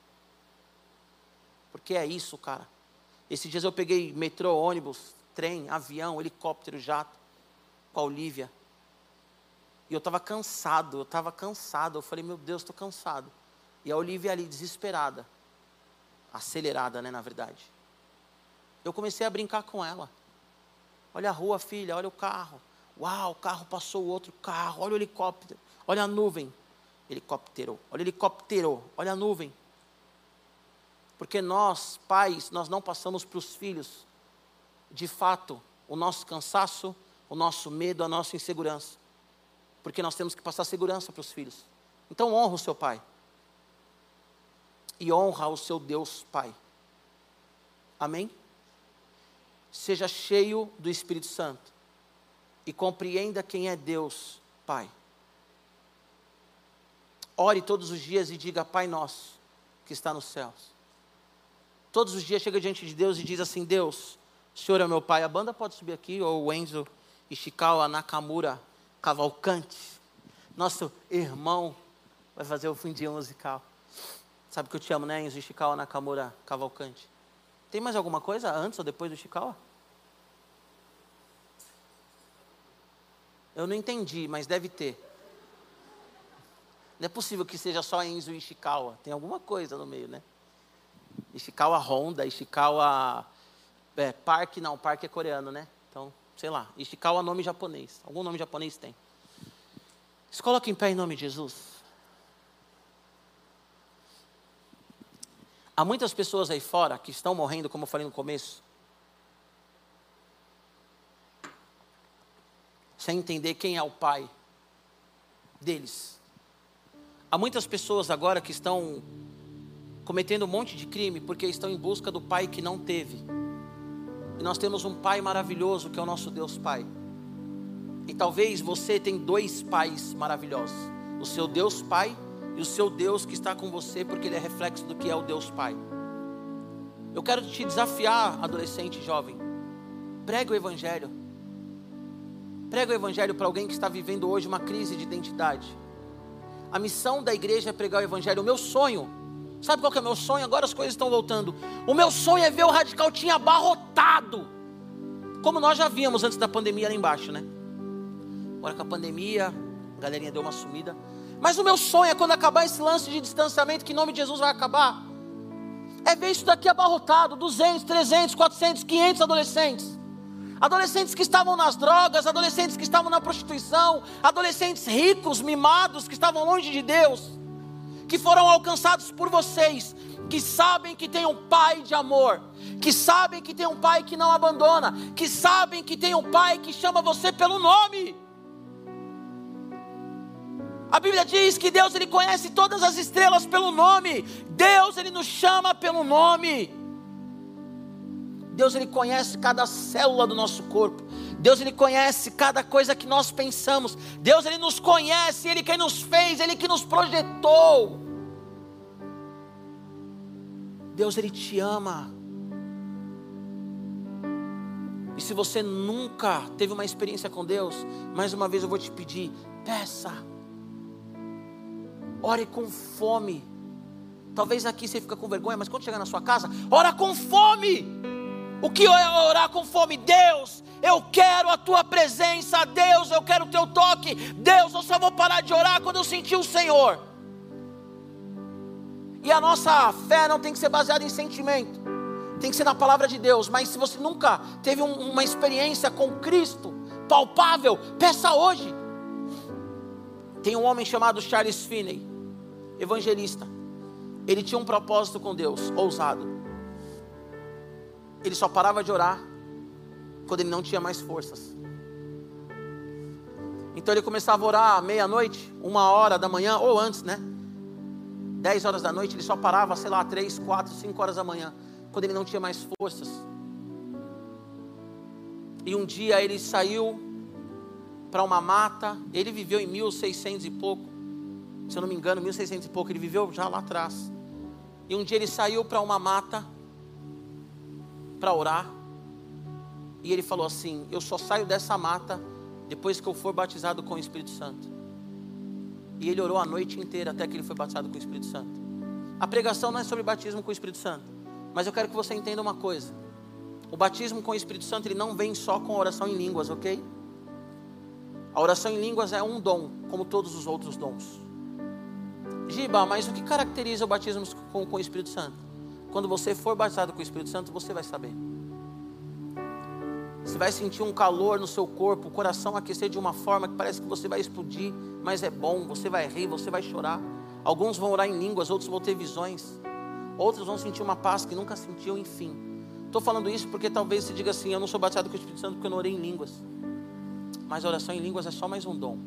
Porque é isso, cara. Esses dias eu peguei metrô, ônibus, trem, avião, helicóptero, jato, com a Olivia. E eu estava cansado. Eu falei: meu Deus, estou cansado. E a Olivia ali, desesperada. Acelerada, né, na verdade. Eu comecei a brincar com ela. Olha a rua, filha, olha o carro. Uau, o carro passou o outro carro. Olha o helicóptero, olha a nuvem. Helicóptero, olha o helicóptero, olha a nuvem. Porque nós, pais, nós não passamos para os filhos, de fato, o nosso cansaço, o nosso medo, a nossa insegurança. Porque nós temos que passar segurança para os filhos. Então honra o seu pai. E honra o seu Deus Pai. Amém? Seja cheio do Espírito Santo. E compreenda quem é Deus Pai. Ore todos os dias e diga: Pai nosso, que está nos céus. Todos os dias chega diante de Deus e diz assim: Deus, o Senhor é meu Pai. A banda pode subir aqui, ou o Enzo Ishikawa Nakamura Cavalcante. Nosso irmão vai fazer o fundinho musical. Sabe que eu te amo, né, Enzo Ishikawa Nakamura Cavalcante? Tem mais alguma coisa antes ou depois do Ishikawa? Eu não entendi, mas deve ter. Não é possível que seja só Enzo Ishikawa. Tem alguma coisa no meio, né? Ishikawa Honda, Ishikawa... Park, não, Park é coreano, né? Então, sei lá. Ishikawa é nome japonês. Algum nome japonês tem. Se coloca em pé em nome de Jesus. Há muitas pessoas aí fora que estão morrendo, como eu falei no começo, sem entender quem é o pai deles. Há muitas pessoas agora que estão cometendo um monte de crime porque estão em busca do pai que não teve. E nós temos um pai maravilhoso que é o nosso Deus Pai. E talvez você tenha dois pais maravilhosos: o seu Deus Pai e o seu Deus que está com você, porque Ele é reflexo do que é o Deus Pai. Eu quero te desafiar, adolescente, jovem. Prega o Evangelho. Prega o Evangelho para alguém que está vivendo hoje uma crise de identidade. A missão da igreja é pregar o Evangelho. O meu sonho, sabe qual que é o meu sonho? Agora as coisas estão voltando. O meu sonho é ver o Radical Team abarrotado, como nós já víamos antes da pandemia lá embaixo, né? Agora com a pandemia, a galerinha deu uma sumida. Mas o meu sonho é quando acabar esse lance de distanciamento, que em nome de Jesus vai acabar, é ver isso daqui abarrotado, 200, 300, 400, 500 adolescentes. Adolescentes que estavam nas drogas, adolescentes que estavam na prostituição, adolescentes ricos, mimados, que estavam longe de Deus, que foram alcançados por vocês, que sabem que tem um pai de amor, que sabem que tem um pai que não abandona, que sabem que tem um pai que chama você pelo nome. A Bíblia diz que Deus, Ele conhece todas as estrelas pelo nome. Deus, Ele nos chama pelo nome. Deus, Ele conhece cada célula do nosso corpo. Deus, Ele conhece cada coisa que nós pensamos. Deus, Ele nos conhece, Ele quem nos fez, Ele que nos projetou. Deus, Ele te ama. E se você nunca teve uma experiência com Deus, mais uma vez eu vou te pedir, peça. Ore com fome. Talvez aqui você fica com vergonha, mas quando chegar na sua casa, ora com fome. O que é orar com fome? Deus, eu quero a tua presença. Deus, eu quero o teu toque. Deus, eu só vou parar de orar quando eu sentir o Senhor. E a nossa fé não tem que ser baseada em sentimento, tem que ser na palavra de Deus. Mas se você nunca teve uma experiência com Cristo palpável, peça hoje. Tem um homem chamado Charles Finney, evangelista. Ele tinha um propósito com Deus, ousado. Ele só parava de orar quando ele não tinha mais forças. Então ele começava a orar meia-noite, 1h da manhã, ou antes, né? 10 horas da noite, ele só parava, sei lá, 3, 4, 5 horas da manhã, quando ele não tinha mais forças. E um dia ele saiu para uma mata. Ele viveu em 1600 e pouco, se eu não me engano, 1600 e pouco, ele viveu já lá atrás. E um dia ele saiu para uma mata para orar. E ele falou assim: eu só saio dessa mata depois que eu for batizado com o Espírito Santo. E ele orou a noite inteira até que ele foi batizado com o Espírito Santo. A pregação não é sobre batismo com o Espírito Santo, mas eu quero que você entenda uma coisa: o batismo com o Espírito Santo, ele não vem só com a oração em línguas, ok? A oração em línguas é um dom, como todos os outros dons. Giba, mas o que caracteriza o batismo com o Espírito Santo? Quando você for batizado com o Espírito Santo, você vai saber. Você vai sentir um calor no seu corpo, o coração aquecer de uma forma que parece que você vai explodir, mas é bom, você vai rir, você vai chorar. Alguns vão orar em línguas, outros vão ter visões, outros vão sentir uma paz que nunca sentiu, enfim. Estou falando isso porque talvez você diga assim: eu não sou batizado com o Espírito Santo porque eu não orei em línguas. Mas a oração em línguas é só mais um dom.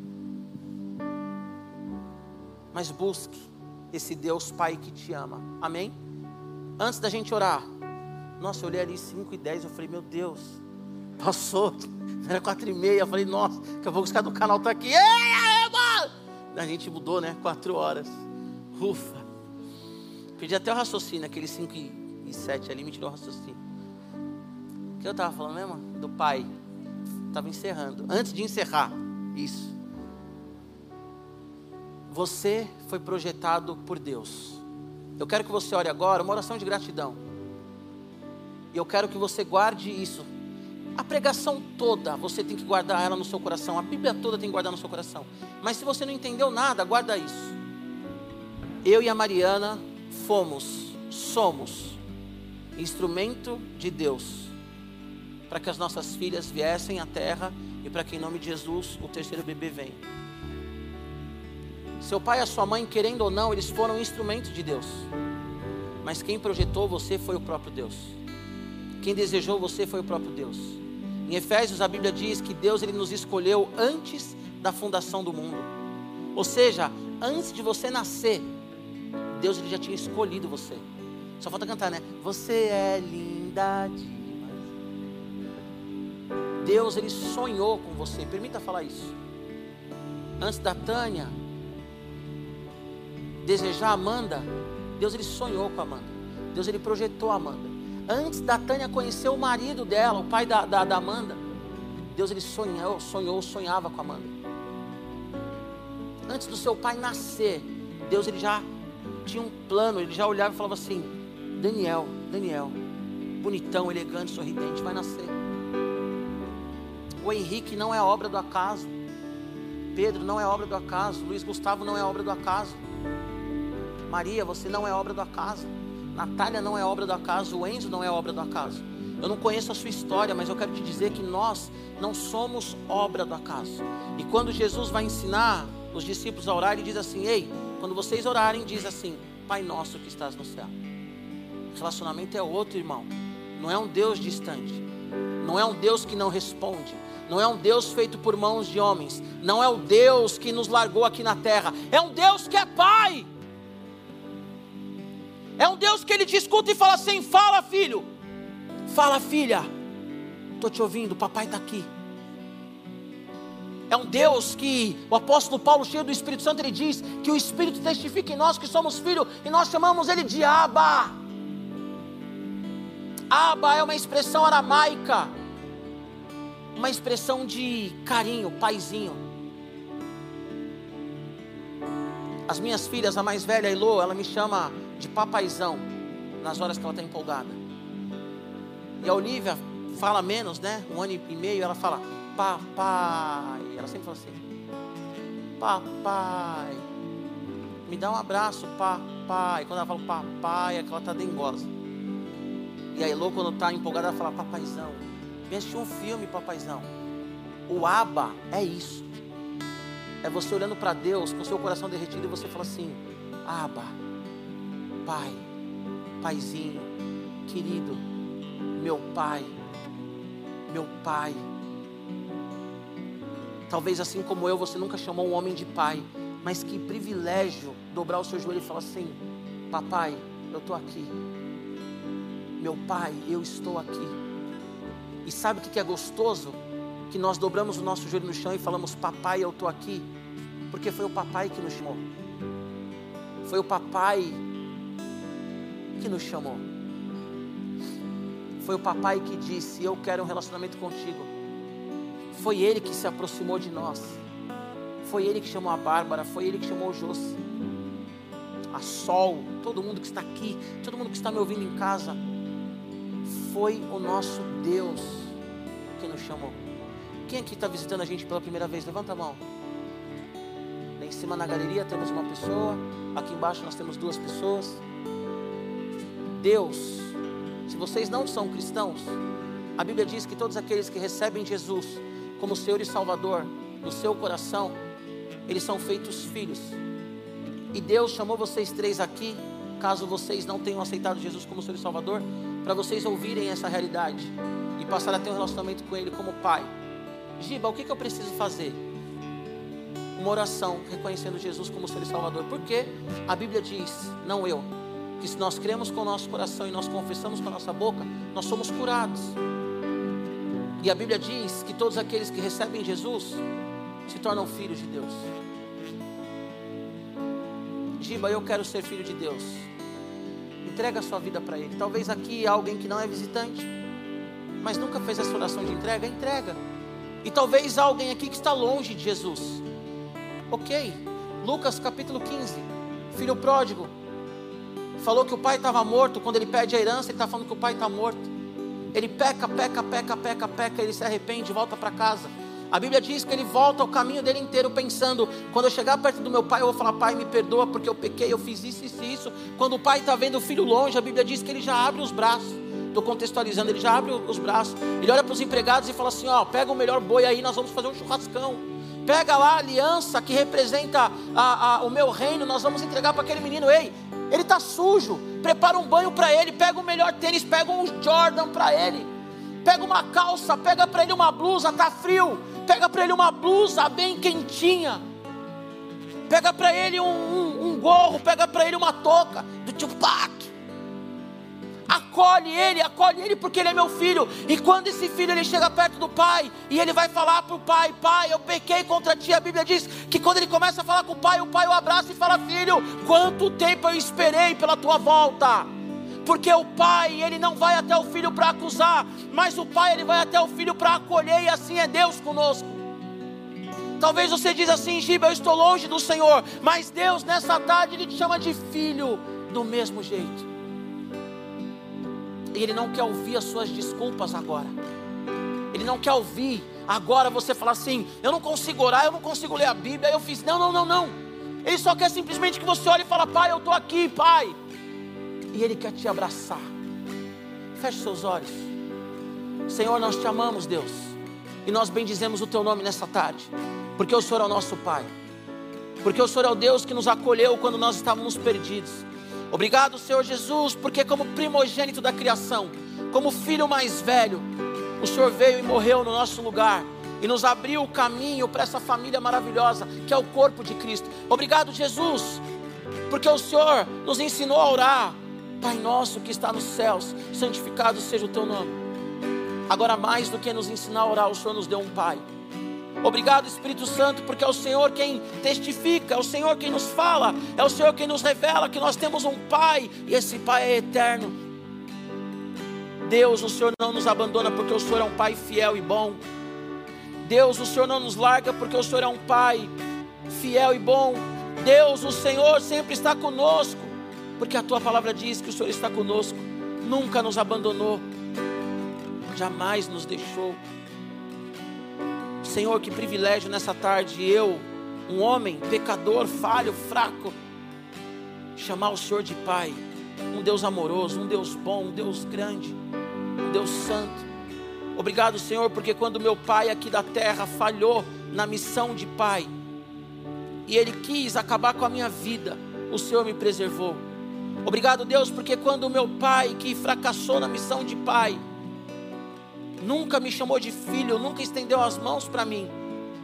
Mas busque esse Deus Pai que te ama, amém? Antes da gente orar, nossa, eu olhei ali 5h10, eu falei: meu Deus, passou, era 4h30, eu falei: nossa, daqui a pouco os caras do canal estão aqui, ei, mano! A gente mudou, né, 4 horas, ufa, perdi até o raciocínio, aquele 5h07 ali me tirou o raciocínio. O que eu estava falando mesmo? Do Pai, estava encerrando, antes de encerrar, isso. Você foi projetado por Deus. Eu quero que você ore agora uma oração de gratidão. E eu quero que você guarde isso. A pregação toda, você tem que guardar ela no seu coração. A Bíblia toda tem que guardar no seu coração. Mas se você não entendeu nada, guarda isso. Eu e a Mariana somos instrumento de Deus para que as nossas filhas viessem à terra e para que em nome de Jesus o terceiro bebê venha. Seu pai e a sua mãe, querendo ou não, eles foram instrumentos de Deus. Mas quem projetou você foi o próprio Deus. Quem desejou você foi o próprio Deus. Em Efésios a Bíblia diz que Deus, ele nos escolheu antes da fundação do mundo. Ou seja, antes de você nascer, Deus, ele já tinha escolhido você. Só falta cantar, né? Você é linda demais. Deus, ele sonhou com você. Permita falar isso. Antes da Tânia desejar a Amanda, Deus, ele sonhou com a Amanda. Deus, ele projetou a Amanda. Antes da Tânia conhecer o marido dela, o pai da Amanda, Deus, ele sonhava com a Amanda. Antes do seu pai nascer, Deus, ele já tinha um plano. Ele já olhava e falava assim: Daniel, bonitão, elegante, sorridente, vai nascer. O Henrique não é obra do acaso. Pedro não é obra do acaso. Luiz Gustavo não é obra do acaso. Maria, você não é obra do acaso. Natália não é obra do acaso. O Enzo não é obra do acaso. Eu não conheço a sua história, mas eu quero te dizer que nós não somos obra do acaso. E quando Jesus vai ensinar os discípulos a orar, ele diz assim: ei, quando vocês orarem, diz assim: Pai nosso que estás no céu. O relacionamento é outro, irmão. Não é um Deus distante. Não é um Deus que não responde. Não é um Deus feito por mãos de homens. Não é o Deus que nos largou aqui na terra. É um Deus que é Pai. É um Deus que ele te escuta e fala assim: fala, filho, fala, filha, estou te ouvindo, papai está aqui. É um Deus que o apóstolo Paulo, cheio do Espírito Santo, ele diz que o Espírito testifica em nós que somos filhos, e nós chamamos ele de Abba. Abba é uma expressão aramaica, uma expressão de carinho, paizinho. As minhas filhas, a mais velha, a Elô, ela me chama de papaizão nas horas que ela está empolgada. E a Olivia fala menos, né? 1 ano e meio, ela fala papai. Ela sempre fala assim: papai, me dá um abraço, papai. Quando ela fala papai, é que ela está dengosa. E a Elô, quando está empolgada, ela fala papaizão. Vem assistir um filme, papaizão. O Abba é isso. É você olhando para Deus com seu coração derretido e você fala assim: Abba, pai, paizinho, querido, meu pai. Talvez assim como eu, você nunca chamou um homem de pai. Mas que privilégio dobrar o seu joelho e falar assim: papai, eu estou aqui. Meu pai, eu estou aqui. E sabe o que é gostoso? Que nós dobramos o nosso joelho no chão e falamos: papai, eu estou aqui. Porque foi o papai que nos chamou. Foi o papai que nos chamou. Foi o papai que disse: eu quero um relacionamento contigo. Foi ele que se aproximou de nós. Foi ele que chamou a Bárbara. Foi ele que chamou o Josi, a Sol, todo mundo que está aqui, todo mundo que está me ouvindo em casa. Foi o nosso Deus que nos chamou. Quem aqui está visitando a gente pela primeira vez? Levanta a mão. Lá em cima na galeria temos uma pessoa. Aqui embaixo nós temos 2 pessoas. Deus, se vocês não são cristãos, a Bíblia diz que todos aqueles que recebem Jesus como Senhor e Salvador no seu coração, eles são feitos filhos. E Deus chamou vocês 3 aqui, caso vocês não tenham aceitado Jesus como Senhor e Salvador, para vocês ouvirem essa realidade e passar a ter um relacionamento com Ele como Pai. Giba, o que eu preciso fazer? Uma oração reconhecendo Jesus como Senhor e Salvador. Porque a Bíblia diz, não eu, que se nós cremos com o nosso coração e nós confessamos com a nossa boca, nós somos curados. E a Bíblia diz que todos aqueles que recebem Jesus se tornam filhos de Deus. Giba, eu quero ser filho de Deus. Entrega a sua vida para Ele. Talvez aqui alguém que não é visitante, mas nunca fez essa oração de entrega. Entrega. E talvez alguém aqui que está longe de Jesus. Ok, Lucas capítulo 15, filho pródigo, falou que o pai estava morto. Quando ele pede a herança, ele está falando que o pai está morto. Ele peca, ele se arrepende e volta para casa. A Bíblia diz que ele volta ao caminho dele inteiro pensando: quando eu chegar perto do meu pai, eu vou falar: pai, me perdoa porque eu pequei, eu fiz isso, isso, isso. Quando o pai está vendo o filho longe, a Bíblia diz que ele já abre os braços. Estou contextualizando, ele já abre os braços. Ele olha para os empregados e fala assim: ó, pega o melhor boi aí, nós vamos fazer um churrascão. Pega lá a aliança que representa o meu reino, nós vamos entregar para aquele menino. Ei, ele está sujo, prepara um banho para ele, pega o melhor tênis, pega um Jordan para ele, pega uma calça, pega para ele uma blusa, está frio, pega para ele uma blusa bem quentinha, pega para ele um gorro, pega para ele uma touca do Tupac. Acolhe ele porque ele é meu filho. E quando esse filho ele chega perto do pai e ele vai falar para o pai: pai, eu pequei contra ti. A Bíblia diz que quando ele começa a falar com o pai o abraça e fala: filho, quanto tempo eu esperei pela tua volta. Porque o pai, ele não vai até o filho para acusar, mas o pai, ele vai até o filho para acolher. E assim é Deus conosco. Talvez você diz assim: Giba, eu estou longe do Senhor, mas Deus nessa tarde ele te chama de filho do mesmo jeito. E Ele não quer ouvir as suas desculpas agora. Ele não quer ouvir agora você falar assim: eu não consigo orar, eu não consigo ler a Bíblia, eu fiz. Não. Ele só quer simplesmente que você olhe e fale: pai, eu estou aqui, pai. E Ele quer te abraçar. Feche seus olhos. Senhor, nós te amamos, Deus. E nós bendizemos o teu nome nessa tarde. Porque o Senhor é o nosso Pai. Porque o Senhor é o Deus que nos acolheu quando nós estávamos perdidos. Obrigado, Senhor Jesus, porque como primogênito da criação, como filho mais velho, o Senhor veio e morreu no nosso lugar e nos abriu o caminho para essa família maravilhosa que é o corpo de Cristo. Obrigado, Jesus, porque o Senhor nos ensinou a orar: Pai nosso que está nos céus, santificado seja o teu nome. Agora, mais do que nos ensinar a orar, o Senhor nos deu um Pai. Obrigado, Espírito Santo, porque é o Senhor quem testifica, é o Senhor quem nos fala, é o Senhor quem nos revela que nós temos um Pai, e esse Pai é eterno. Deus, o Senhor não nos abandona porque o Senhor é um Pai fiel e bom. Deus, o Senhor não nos larga porque o Senhor é um Pai fiel e bom. Deus, o Senhor sempre está conosco, porque a Tua palavra diz que o Senhor está conosco, nunca nos abandonou, jamais nos deixou. Senhor, que privilégio nessa tarde, eu, um homem pecador, falho, fraco, chamar o Senhor de Pai, um Deus amoroso, um Deus bom, um Deus grande, um Deus santo. Obrigado, Senhor, porque quando meu pai aqui da terra falhou na missão de pai, e ele quis acabar com a minha vida, o Senhor me preservou. Obrigado, Deus, porque quando o meu pai que fracassou na missão de pai, nunca me chamou de filho, nunca estendeu as mãos para mim,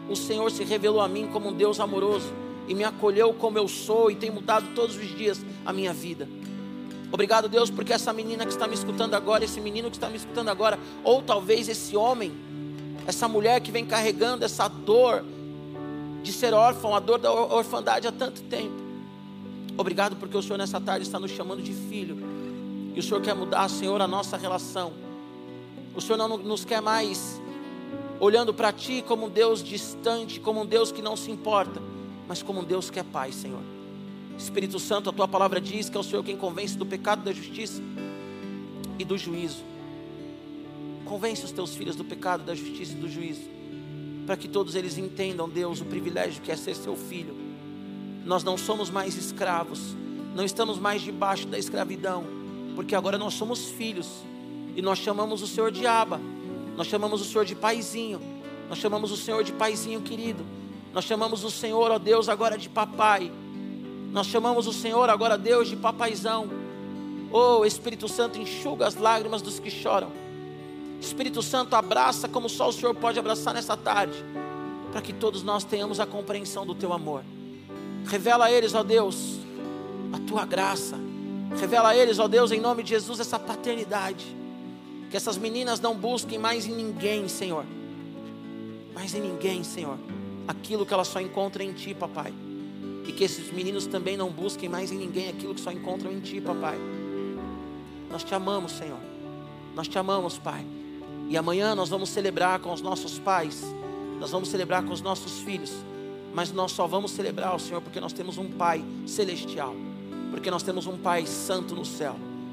o Senhor se revelou a mim como um Deus amoroso e me acolheu como eu sou e tem mudado todos os dias a minha vida. Obrigado, Deus, porque essa menina que está me escutando agora, esse menino que está me escutando agora, ou talvez esse homem, essa mulher que vem carregando essa dor de ser órfão, a dor da orfandade há tanto tempo. Obrigado porque o Senhor nessa tarde está nos chamando de filho. E o Senhor quer mudar, Senhor, a nossa relação. O Senhor não nos quer mais olhando para Ti como um Deus distante, como um Deus que não se importa, mas como um Deus que é Pai, Senhor. Espírito Santo, a Tua palavra diz que é o Senhor quem convence do pecado, da justiça e do juízo. Convence os Teus filhos do pecado, da justiça e do juízo, para que todos eles entendam, Deus, o privilégio que é ser Seu filho. Nós não somos mais escravos, não estamos mais debaixo da escravidão, porque agora nós somos filhos, e nós chamamos o Senhor de Abba, nós chamamos o Senhor de Paizinho, nós chamamos o Senhor de Paizinho querido, nós chamamos o Senhor, ó Deus, agora de Papai. Nós chamamos o Senhor agora, Deus, de papaizão. Oh, Espírito Santo, enxuga as lágrimas dos que choram. Espírito Santo, abraça como só o Senhor pode abraçar nessa tarde, para que todos nós tenhamos a compreensão do Teu amor. Revela a eles, ó Deus, a Tua graça. Revela a eles, ó Deus, em nome de Jesus, essa paternidade. Que essas meninas não busquem mais em ninguém, Senhor. Mais em ninguém, Senhor, aquilo que elas só encontram em Ti, Papai. E que esses meninos também não busquem mais em ninguém aquilo que só encontram em Ti, Papai. Nós Te amamos, Senhor. Nós Te amamos, Pai. E amanhã nós vamos celebrar com os nossos pais. Nós vamos celebrar com os nossos filhos. Mas nós só vamos celebrar o Senhor porque nós temos um Pai celestial. Porque nós temos um Pai santo no céu.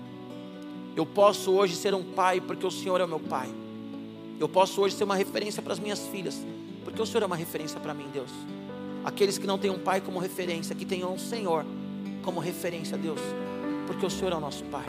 Eu posso hoje ser um pai porque o Senhor é o meu Pai. Eu posso hoje ser uma referência para as minhas filhas porque o Senhor é uma referência para mim, Deus. Aqueles que não têm um pai como referência, que tenham um Senhor como referência, Deus, porque o Senhor é o nosso Pai.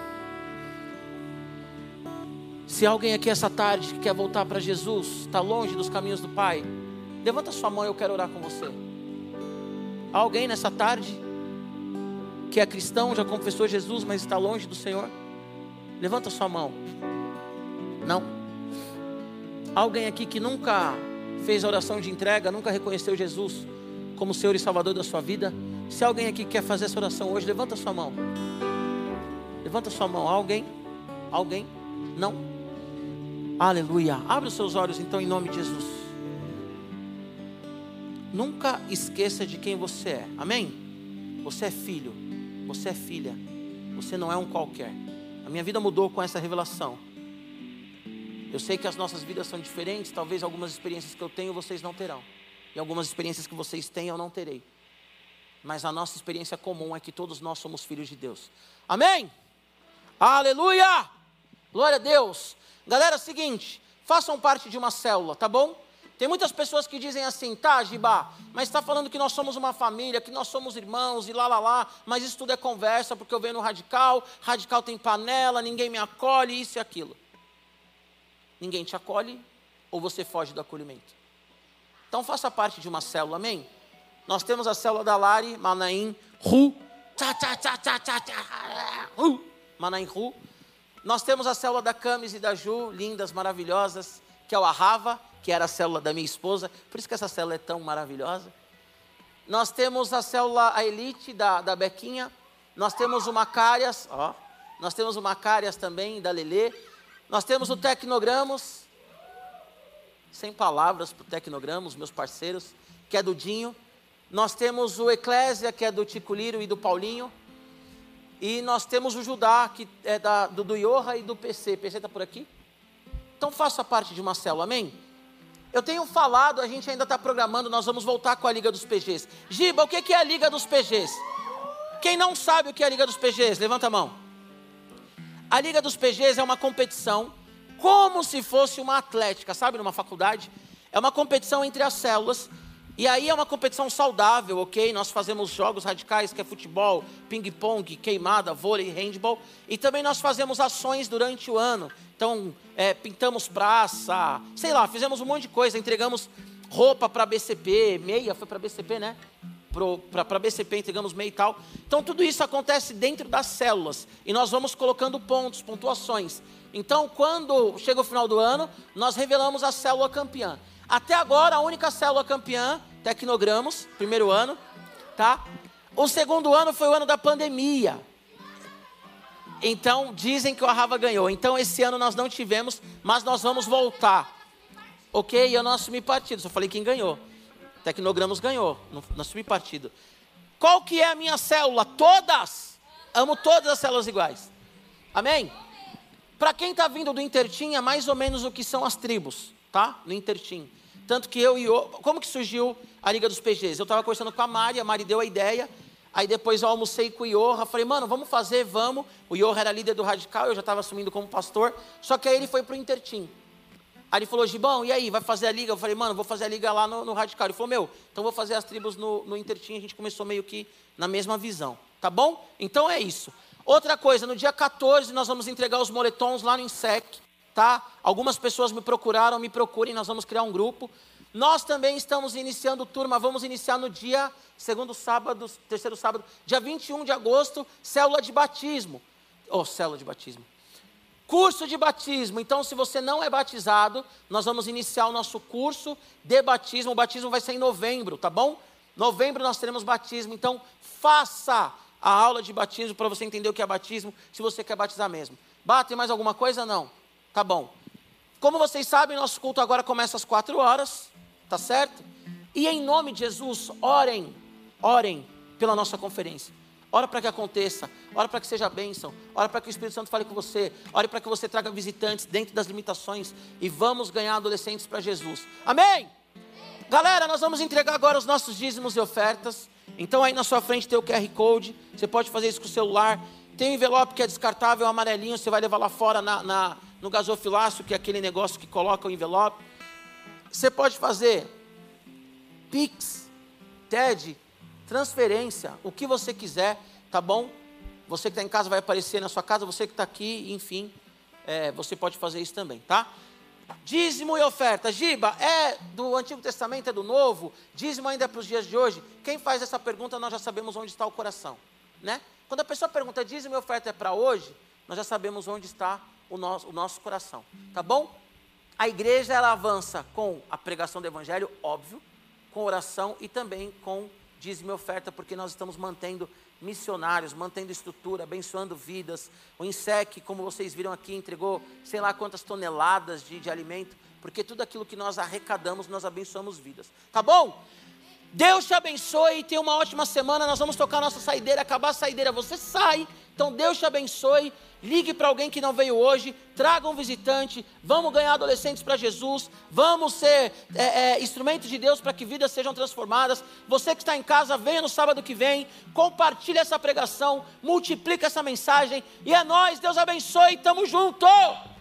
Se alguém aqui essa tarde que quer voltar para Jesus, está longe dos caminhos do Pai, levanta sua mão e eu quero orar com você. Há alguém nessa tarde que é cristão, já confessou Jesus, mas está longe do Senhor? Levanta sua mão. Não? Há alguém aqui que nunca fez a oração de entrega, nunca reconheceu Jesus como Senhor e Salvador da sua vida? Se alguém aqui quer fazer essa oração hoje, levanta sua mão. Levanta sua mão. Alguém? Alguém? Não? Aleluia. Abre os seus olhos então em nome de Jesus. Nunca esqueça de quem você é. Amém? Você é filho. Você é filha. Você não é um qualquer. A minha vida mudou com essa revelação. Eu sei que as nossas vidas são diferentes. Talvez algumas experiências que eu tenho vocês não terão. E algumas experiências que vocês têm eu não terei. Mas a nossa experiência comum é que todos nós somos filhos de Deus. Amém? Aleluia! Glória a Deus. Galera, é o seguinte, façam parte de uma célula, tá bom? Tem muitas pessoas que dizem assim, tá, Giba, mas está falando que nós somos uma família, que nós somos irmãos e lá, mas isso tudo é conversa, porque eu venho no Radical tem panela, ninguém me acolhe, isso e aquilo. Ninguém te acolhe ou você foge do acolhimento? Então faça parte de uma célula, amém? Nós temos a célula da Lari, Manaim, Ru, Manaim, Ru. Nós temos a célula da Camis e da Ju, lindas, maravilhosas, que é o Arrava, que era a célula da minha esposa, por isso que essa célula é tão maravilhosa. Nós temos a célula, a Elite, da Bequinha. Nós temos o Macárias, ó. Nós temos o Macárias também, da Lelê. Nós temos o Tecnogramos, sem palavras para o Tecnogramos, meus parceiros, que é do Dinho. Nós temos o Eclésia, que é do Tico Liro e do Paulinho. E nós temos o Judá, que é do Iorra e do PC. PC está por aqui? Então faça parte de uma célula, amém? Eu tenho falado, a gente ainda está programando, nós vamos voltar com a Liga dos PGs. Giba, o que é a Liga dos PGs? Quem não sabe o que é a Liga dos PGs, levanta a mão. A Liga dos PGs é uma competição como se fosse uma atlética, sabe, numa faculdade. É uma competição entre as células. E aí é uma competição saudável, ok? Nós fazemos jogos radicais, que é futebol, ping-pong, queimada, vôlei, handball. E também nós fazemos ações durante o ano. Então, pintamos praça, sei lá, fizemos um monte de coisa. Entregamos roupa para a BCP, meia, foi para a BCP, né? Para a BCP entregamos meia e tal. Então, tudo isso acontece dentro das células. E nós vamos colocando pontos, pontuações. Então, quando chega o final do ano, nós revelamos a célula campeã. Até agora, a única célula campeã, Tecnogramos, primeiro ano, tá? O segundo ano foi o ano da pandemia. Então, dizem que o Arrava ganhou. Então, esse ano nós não tivemos, mas nós vamos voltar. Ok? Eu não assumi partido, só falei quem ganhou. Tecnogramos ganhou, não assumi partido. Qual que é a minha célula? Todas! Amo todas as células iguais. Amém? Para quem está vindo do Intertim, é mais ou menos o que são as tribos, tá? No Intertim. Tanto que eu e o... Como que surgiu a Liga dos PGs? Eu estava conversando com a Mari deu a ideia. Aí depois eu almocei com o Iorra, falei, mano, vamos fazer, vamos. O Iorra era líder do Radical, eu já estava assumindo como pastor. Só que aí ele foi para o Intertim. Aí ele falou, Gibão, e aí, vai fazer a liga? Eu falei, mano, vou fazer a liga lá no Radical. Ele falou, meu, então vou fazer as tribos no Intertim. A gente começou meio que na mesma visão, tá bom? Então é isso. Outra coisa, no dia 14 nós vamos entregar os moletons lá no INSEC, tá? Algumas pessoas me procuraram, me procurem, nós vamos criar um grupo. Nós também estamos iniciando turma, vamos iniciar no dia, terceiro sábado, dia 21 de agosto, célula de batismo. Célula de batismo. Curso de batismo. Então, se você não é batizado, nós vamos iniciar o nosso curso de batismo. O batismo vai ser em novembro, tá bom? Novembro nós teremos batismo. Então, faça a aula de batismo para você entender o que é batismo, se você quer batizar mesmo. Tem mais alguma coisa? Não. Tá bom. Como vocês sabem, nosso culto agora começa às 4 horas, tá certo? E em nome de Jesus, orem pela nossa conferência. Ora para que aconteça, ora para que seja bênção, ora para que o Espírito Santo fale com você, ore para que você traga visitantes dentro das limitações e vamos ganhar adolescentes para Jesus. Amém? Galera, nós vamos entregar agora os nossos dízimos e ofertas. Então aí na sua frente tem o QR Code, você pode fazer isso com o celular. Tem um envelope que é descartável, amarelinho, você vai levar lá fora no gasofilácio, que é aquele negócio que coloca o envelope. Você pode fazer Pix, TED, transferência, o que você quiser, tá bom? Você que está em casa vai aparecer na sua casa, você que está aqui, enfim, você pode fazer isso também, tá? Dízimo e oferta. Giba, é do Antigo Testamento, é do Novo? Dízimo ainda é para os dias de hoje? Quem faz essa pergunta, nós já sabemos onde está o coração, né? Quando a pessoa pergunta, dízimo e oferta é para hoje, nós já sabemos onde está o nosso coração, tá bom? A igreja, ela avança com a pregação do evangelho, óbvio, com oração e também com dízimo e oferta, porque nós estamos mantendo missionários, mantendo estrutura, abençoando vidas. O INSEC, como vocês viram aqui, entregou sei lá quantas toneladas de alimento, porque tudo aquilo que nós arrecadamos, nós abençoamos vidas. Tá bom? Deus te abençoe e tenha uma ótima semana. Nós vamos tocar a nossa saideira, acabar a saideira, você sai. Então Deus te abençoe. Ligue para alguém que não veio hoje, traga um visitante, vamos ganhar adolescentes para Jesus, vamos ser instrumentos de Deus para que vidas sejam transformadas. Você que está em casa, venha no sábado que vem, compartilhe essa pregação, multiplica essa mensagem, e é nóis, Deus abençoe, tamo junto!